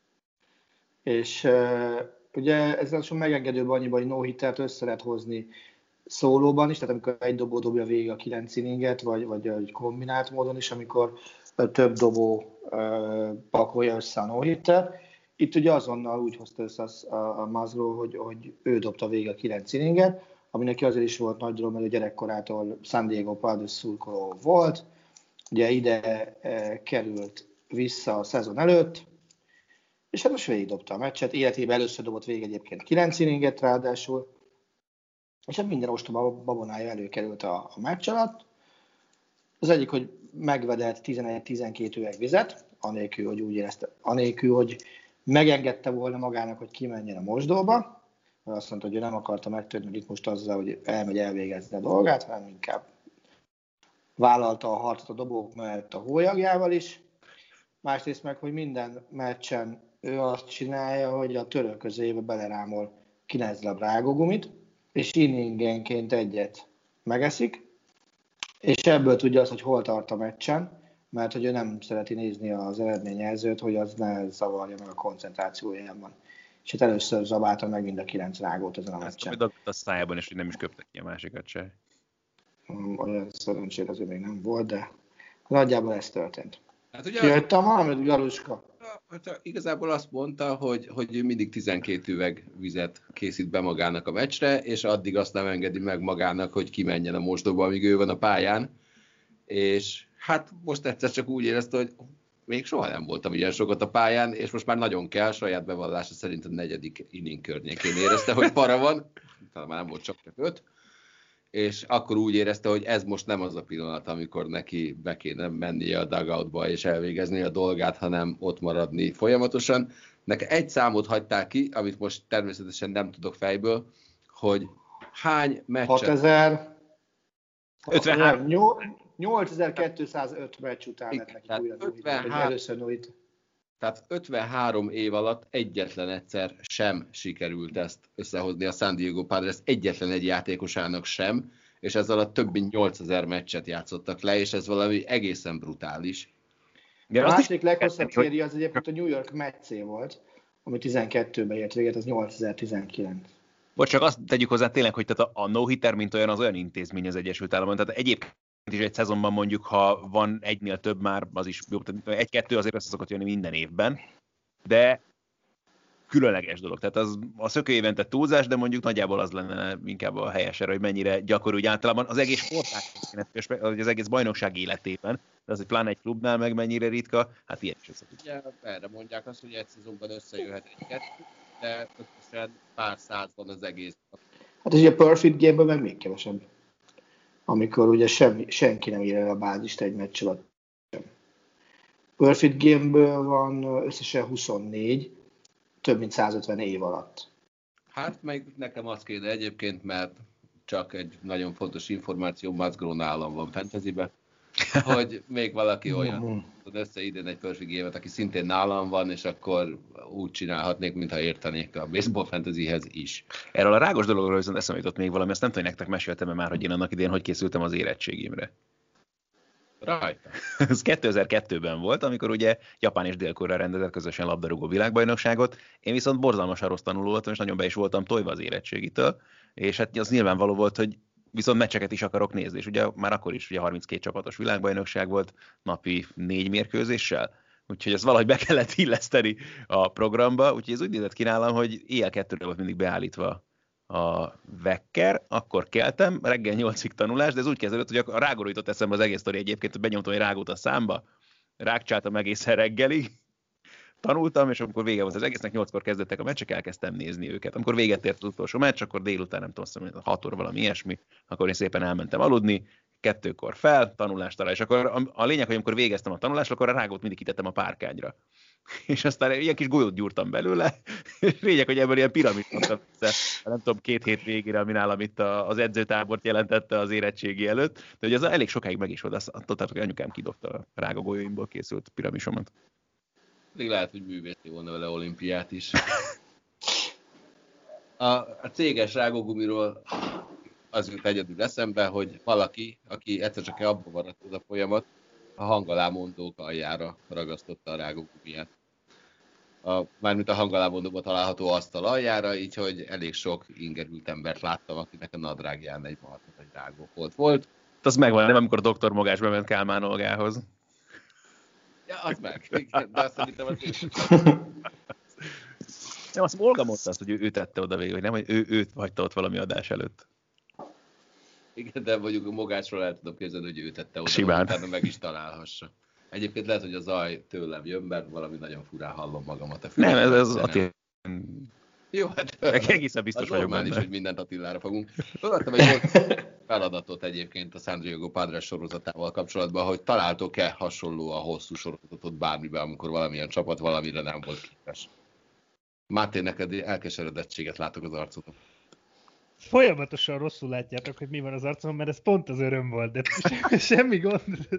És uh, ugye ez az megengedőbb annyiban, hogy no-hittert össze lehet hozni szólóban is, tehát amikor egy dobó dobja végig a kilenc inninget, vagy, vagy egy kombinált módon is, amikor több dobó uh, pakolja össze a no-hittert. Itt ugye azonnal úgy hozta össze a, a Musgrove, hogy, hogy ő dobta végig a kilenc inninget, ami neki azért is volt nagy dolog, mert a gyerekkorától San Diego Padres szurkoló volt. Ugye ide e, került vissza a szezon előtt, és hát most végig dobta a meccset. Életében először dobott végig egyébként kilenc inninget ráadásul, és hát minden ostoba babonája előkerült a, a meccs alatt. Az egyik, hogy megvedett tizenegy-tizenkét üveg vizet, anélkül, hogy úgy érezte, anélkül, hogy megengedte volna magának, hogy kimenjen a mosdóba, mert azt mondta, hogy ő nem akarta megtörni a ritmust azzal, hogy elmegy elvégezni a dolgát, hanem inkább vállalta a harcot a dobók mellett a hólyagjával is. Másrészt meg, hogy minden meccsen ő azt csinálja, hogy a törölközébe belerámol kilenc darab rágógumit, és inningenként egyet megeszik, és ebből tudja azt, hogy hol tart a meccsen, mert hogy ő nem szereti nézni az eredményjelzőt, hogy az ne zavarja meg a koncentrációjában. És hát először zabálta meg mind a kilenc rágót ezen a meccsen. Ezt a szájában, és hogy nem is köptek ki a másikat se. Olyan szerencsére azért még nem volt, de nagyjából ez történt. Hát ugye Jöttem valamit, Galuska? Hát igazából azt mondta, hogy, hogy ő mindig tizenkét üveg vizet készít be magának a meccsre, és addig azt nem engedi meg magának, hogy kimenjen a mosdóba, amíg ő van a pályán. És hát most egyszer csak úgy érezte, hogy még soha nem voltam ilyen sokat a pályán, és most már nagyon kell, saját bevallása szerint a negyedik inning környékén érezte, hogy para van, talán már nem volt csak öt, és akkor úgy érezte, hogy ez most nem az a pillanat, amikor neki be kéne mennie a dugoutba és elvégezni a dolgát, hanem ott maradni folyamatosan. Nekem egy számot hagyták ki, amit most természetesen nem tudok fejből, hogy hány meccset... hatezer... ötvenhárom nyolcezer-kétszázöt meccs után lett neki újra ötvenhárom, először nóit. Tehát ötvenhárom év alatt egyetlen egyszer sem sikerült ezt összehozni a San Diego Padres, egyetlen egy játékosának sem, és ez alatt több mint nyolcezer meccset játszottak le, és ez valami egészen brutális. Ja, a második leghosszabb széria az egyébként a New York Metsé volt, ami tizenkettőben ért véget, az nyolcezer-tizenkilenc. Vagy csak azt tegyük hozzá tényleg, hogy tehát a no-hitter, mint olyan, az olyan intézmény az Egyesült Államokban. Tehát egyébként is egy szezonban mondjuk, ha van egynél több már, az is jobb. Egy-kettő azért össze szokott jönni minden évben, de különleges dolog. Tehát az, a szökő évente túlzás, de mondjuk nagyjából az lenne inkább a helyes erre, hogy mennyire gyakori úgy általában az egész sportág, az egész bajnokság életében, de az egy pláne egy klubnál meg mennyire ritka, hát ilyen is össze tudja. Ugye erre mondják azt, hogy egy szezonban összejöhet egy-kettő, de összesen pár száz van az egész. Hát ugye a Perfect Game-ben meg még kevesebb. Amikor ugye semmi, senki nem ír el a bázist egy meccs alatt sem. Perfect Game-ből van összesen huszonnégy, több mint százötven év alatt. Hát meg nekem az kéne egyébként, mert csak egy nagyon fontos információ, Musgrove nálam van fantasybe, hogy még valaki olyan össze idén egy Perfect Game-et, aki szintén nálam van, és akkor úgy csinálhatnék, mintha értenék a baseball fantasyhez is. Erről a rágos dologról viszont eszembe jutott még valami, ezt nem tudom, hogy nektek meséltem már, hogy én annak idén hogy készültem az érettségimre. Rajta. Ez kétezer-kettőben volt, amikor ugye Japán és Dél-Korea rendezett közösen labdarúgó világbajnokságot. Én viszont borzalmasan rossz tanuló voltam, és nagyon be is voltam tojva az érettségitől, és hát az nyilvánvaló volt, hogy viszont meccseket is akarok nézni, és ugye már akkor is ugye harminckét csapatos világbajnokság volt, napi négy mérkőzéssel, úgyhogy ezt valahogy be kellett illeszteni a programba, úgyhogy ez úgy nézett ki nálam, hogy éjjel kettőre volt mindig beállítva a vekker, akkor keltem, reggel nyolcig tanulás, de ez úgy kezdődött, hogy a rágóról jutott eszembe az egész sztori egyébként, hogy benyomtam egy rágót a számba, rákcsáltam egészen reggelig, tanultam, és amikor vége volt az egésznek, nyolckor kezdődtek a meccsek, elkezdtem nézni őket. Amikor véget ért az utolsó meccs, akkor délután, nem tudom, hat óra valami ilyesmi, akkor én szépen elmentem aludni, kettőkor fel, tanulást alá, és akkor a, a lényeg, hogy amikor végeztem a tanulást, akkor a rágót mindig kitettem a párkányra. És aztán ilyen kis golyót gyúrtam belőle, és lényeg, hogy ebből ilyen piramist mondtam össze, nem tudom, két hét végére, ami nálam itt az edzőtábort jelentette az érettségi előtt, de hogy az elég sokáig meg is volt, azt tudtátok, hogy anyukám kidobta a rága golyóimból készült piramisomat. Még lehet, hogy művészé volna vele olimpiát is. A, a céges rágógumiról az jut egyedül eszembe, hogy valaki, aki egyszer csak abba maradt az a folyamat, a hangalámondók aljára ragasztotta a rágógumiját. A, mármint a hangalámondóban található asztal aljára, így hogy elég sok ingerült embert láttam, akinek a nadrágján egy marha egy rágófolt volt. Az megvan, nem amikor doktor Mogás bement Kálmán Olgához. Ja, az meg. Igen, de azt szerintem az is. Nem, azt Olga mondta azt, hogy ő, ő tette oda végül, hogy nem, hogy ő, őt hagyta ott valami adás előtt. Igen, de mondjuk a Mogásról el tudom képzelni, hogy ő tette oda, simán. Utána meg is találhassa. Egyébként lehet, hogy a zaj tőlem jön, mert valami nagyon furán hallom magamat a fülem. Nem, ez az Attila. Jó, hát egészen biztos vagyok benne. Is, hogy mindent Attilára fogunk. Tudottam egy feladatot egyébként a San Diego Padres sorozatával kapcsolatban, hogy találtok-e hasonló a hosszú sorozatot bármiben, amikor valamilyen csapat valamire nem volt képes. Máté, neked elkeseredettséget látok az arcodon. Folyamatosan rosszul látjátok, hogy mi van az arcomon, mert ez pont az öröm volt, de semmi gond,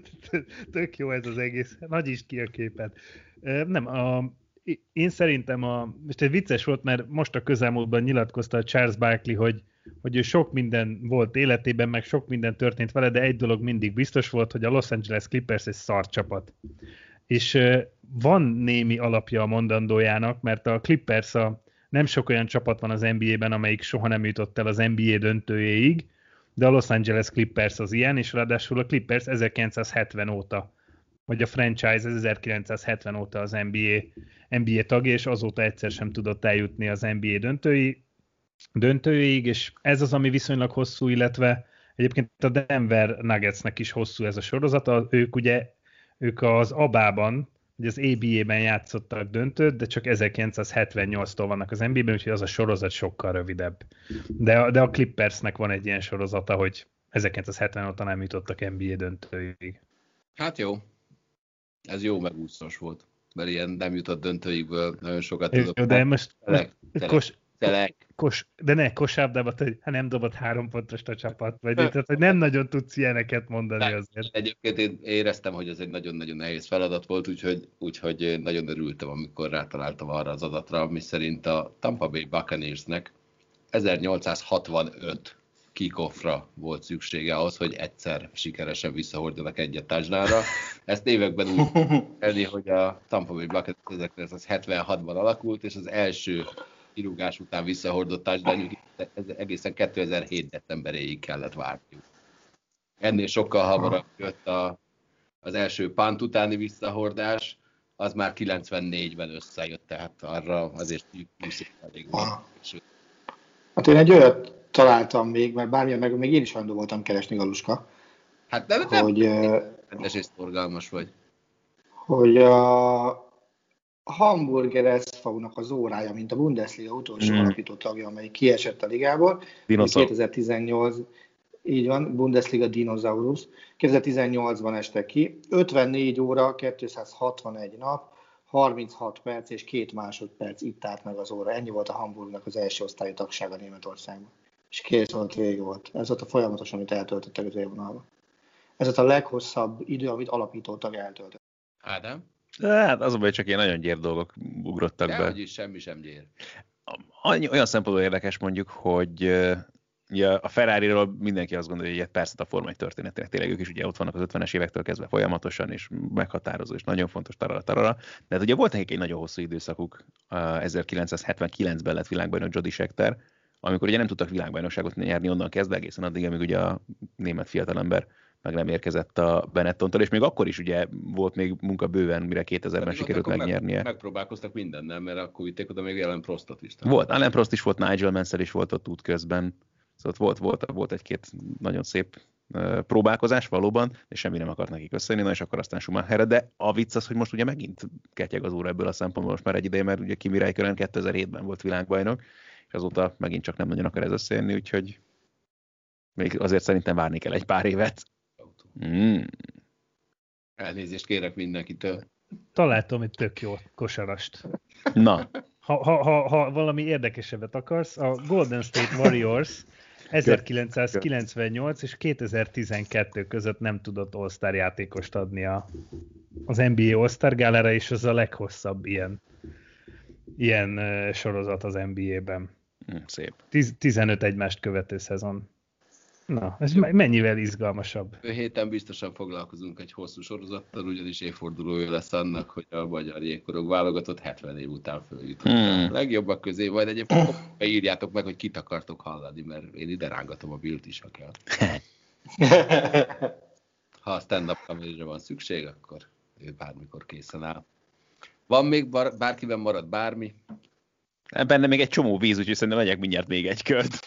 tök jó ez az egész. Nagy is ki a képet. Nem, a, én szerintem a, most egy vicces volt, mert most a közelmúltban nyilatkozta a Charles Barkley, hogy, hogy ő sok minden volt életében, meg sok minden történt vele, de egy dolog mindig biztos volt, hogy a Los Angeles Clippers egy szar csapat. És van némi alapja a mondandójának, mert a Clippers a nem sok olyan csapat van az en bé á-ben, amelyik soha nem jutott el az en bé á döntőjéig, de a Los Angeles Clippers az ilyen, és ráadásul a Clippers ezerkilencszázhetven óta, vagy a franchise ezerkilencszázhetven óta az en bé á, en bé á tagja, és azóta egyszer sem tudott eljutni az en bé á döntői, döntőjéig, és ez az, ami viszonylag hosszú, illetve egyébként a Denver Nuggetsnek is hosszú ez a sorozata. Ők ugye, ők az á bé á-ban, ugye az á bé á-ben játszottak döntőt, de csak ezerkilencszázhetvennyolctól vannak az en bé á-ben, úgyhogy az a sorozat sokkal rövidebb. De, de a Clippersnek van egy ilyen sorozata, hogy ezerkilencszázhetven óta nem jutottak en bé á döntőig. Hát jó. Ez jó megúszós volt, mert ilyen nem jutott döntőigből nagyon sokat tudok. Jó, de most... Telek, telek, kos, telek. Kos, de ne, kosárlabdában, hogy ha nem dobott három pontost a csapat, vagy tehát, hogy nem nagyon tudsz ilyeneket mondani de, azért. Egyébként én éreztem, hogy ez egy nagyon-nagyon nehéz feladat volt, úgyhogy, úgyhogy nagyon örültem, amikor rátaláltam arra az adatra, ami szerint a Tampa Bay Buccaneersnek ezernyolcszázhatvanöt kickoffra volt szüksége ahhoz, hogy egyszer sikeresen visszahordjanak egyet touchdownra. Ezt években úgy elni, hogy a Tampa Bay Buccaneers ezerkilencszázhetvenhatban alakult, és az első kirúgás után visszahordott touchdownjuk egészen kétezer-hét decemberéig kellett várniuk. Ennél sokkal hamarabb jött a, az első punt utáni visszahordás, az már kilencvennégyben összejött, tehát arra azért nyűszék elég van. Hát én egy olyat találtam még, mert bármilyen meg még én is hajlandó voltam keresni, Galuska. Hát nem, nem, hogy, rendes és szorgalmas vagy. Hogy a Hamburger es vé u-nak az órája, mint a Bundesliga utolsó mm. alapító tagja, amely kiesett a ligából. kétezer-tizennyolc, így van, Bundesliga Dinosaurus. kétezer-tizennyolcban estek ki. ötvennégy óra, kétszázhatvanegy nap, harminchat perc és két másodperc itt állt meg az óra. Ennyi volt a Hamburgnak az első osztályú tagsága Németországban. És kész volt, vége volt. Ez volt a folyamatos, amit eltöltöttek az élvonalban. Ez volt a leghosszabb idő, amit alapító tag eltöltött. Ádám? Hát azon belül csak ilyen nagyon gyér dolgok ugrottak de be. Hogy is semmi sem gyér. Olyan szempontból érdekes mondjuk, hogy ugye a Ferrariról mindenki azt gondolja, hogy persze a Forma egy történetének tényleg ők is ugye ott vannak az ötvenes évektől kezdve folyamatosan, és meghatározó, és nagyon fontos tarara, tarara. De hát ugye volt nekik egy nagyon hosszú időszakuk, ezerkilencszázhetvenkilencben lett világbajnok Jody Scheckter, amikor ugye nem tudtak világbajnokságot nyerni onnan kezdve egészen addig, amíg ugye a német fiatalember meg nem érkezett a Benettontól, és még akkor is ugye volt még munka bőven, mire kétezerben sikerült megnyernie. Meg, megpróbálkoztak mindennel, mert akkor vitték oda még Alain Prostot is. Volt, Alain Prost is volt, Nigel Mansell is volt ott útközben, szóval volt, volt, volt egy-két nagyon szép uh, próbálkozás valóban, és semmi nem akart nekik összejönni, na és akkor aztán Schumacherre, de a vicc az, hogy most ugye megint ketyeg az óra ebből a szempontból, most már egy ideje, mert ugye Kimi Räikkönen kétezer-hétben volt világbajnok, és azóta megint csak nem nagyon akar ez összejönni, úgyhogy még azért szerintem várni kell egy pár évet. Mm. Elnézést kérek mindenkitől. Találtam egy tök jó kosarast. Na. Ha, ha, ha, ha valami érdekesebbet akarsz, a Golden State Warriors ezerkilencszázkilencvennyolc és kétezer-tizenkettő között nem tudott All-Star játékost adni a, az en bé á All-Star gálára, és az a leghosszabb ilyen, ilyen uh, sorozat az en bé á-ben. Mm, szép. Tiz, tizenöt egymást követő szezon. Na, ez mennyivel izgalmasabb? Jövő héten biztosan foglalkozunk egy hosszú sorozattal, ugyanis évfordulója lesz annak, hogy a magyar jégkorong válogatott hetven év után följutott hmm. a legjobbak közé, majd egyébként írjátok meg, hogy kit akartok hallani, mert én ide rángatom a Bilt is, ha kell. Ha a stand-up kamerére van szükség, akkor ő bármikor készen áll. Van még bar- bárkiben marad bármi? Benne még egy csomó víz, úgyhogy szerintem megyek mindjárt még egy kört.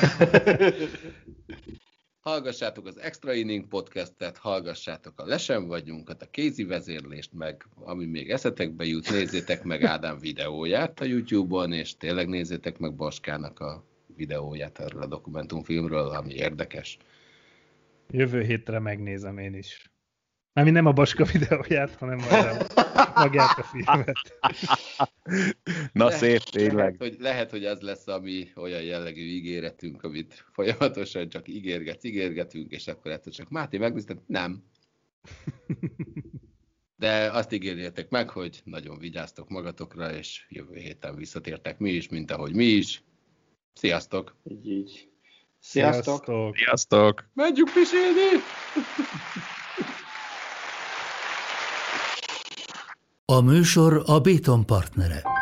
Hallgassátok az Extra Inning podcastet, hallgassátok a Lesen vagyunkat, a kézi vezérlést, meg ami még eszetekbe jut, nézzétek meg Ádám videóját a YouTube-on, és tényleg nézzétek meg Baskának a videóját erről a dokumentumfilmről, ami érdekes. Jövő hétre megnézem én is. Ami nem a Baska videóját, hanem majd magát a filmet. Na lehet, szép, tényleg. Lehet hogy, lehet, hogy ez lesz a mi olyan jellegű ígéretünk, amit folyamatosan csak ígérgetsz, ígérgetünk, és akkor egyszer csak Máté megnézted? Nem. De azt ígérjétek meg, hogy nagyon vigyáztok magatokra, és jövő héten visszatértek mi is, mint ahogy mi is. Sziasztok! Így, így. Sziasztok! Sziasztok! Sziasztok! Menjünk pisilni! A műsor a Béton partnere.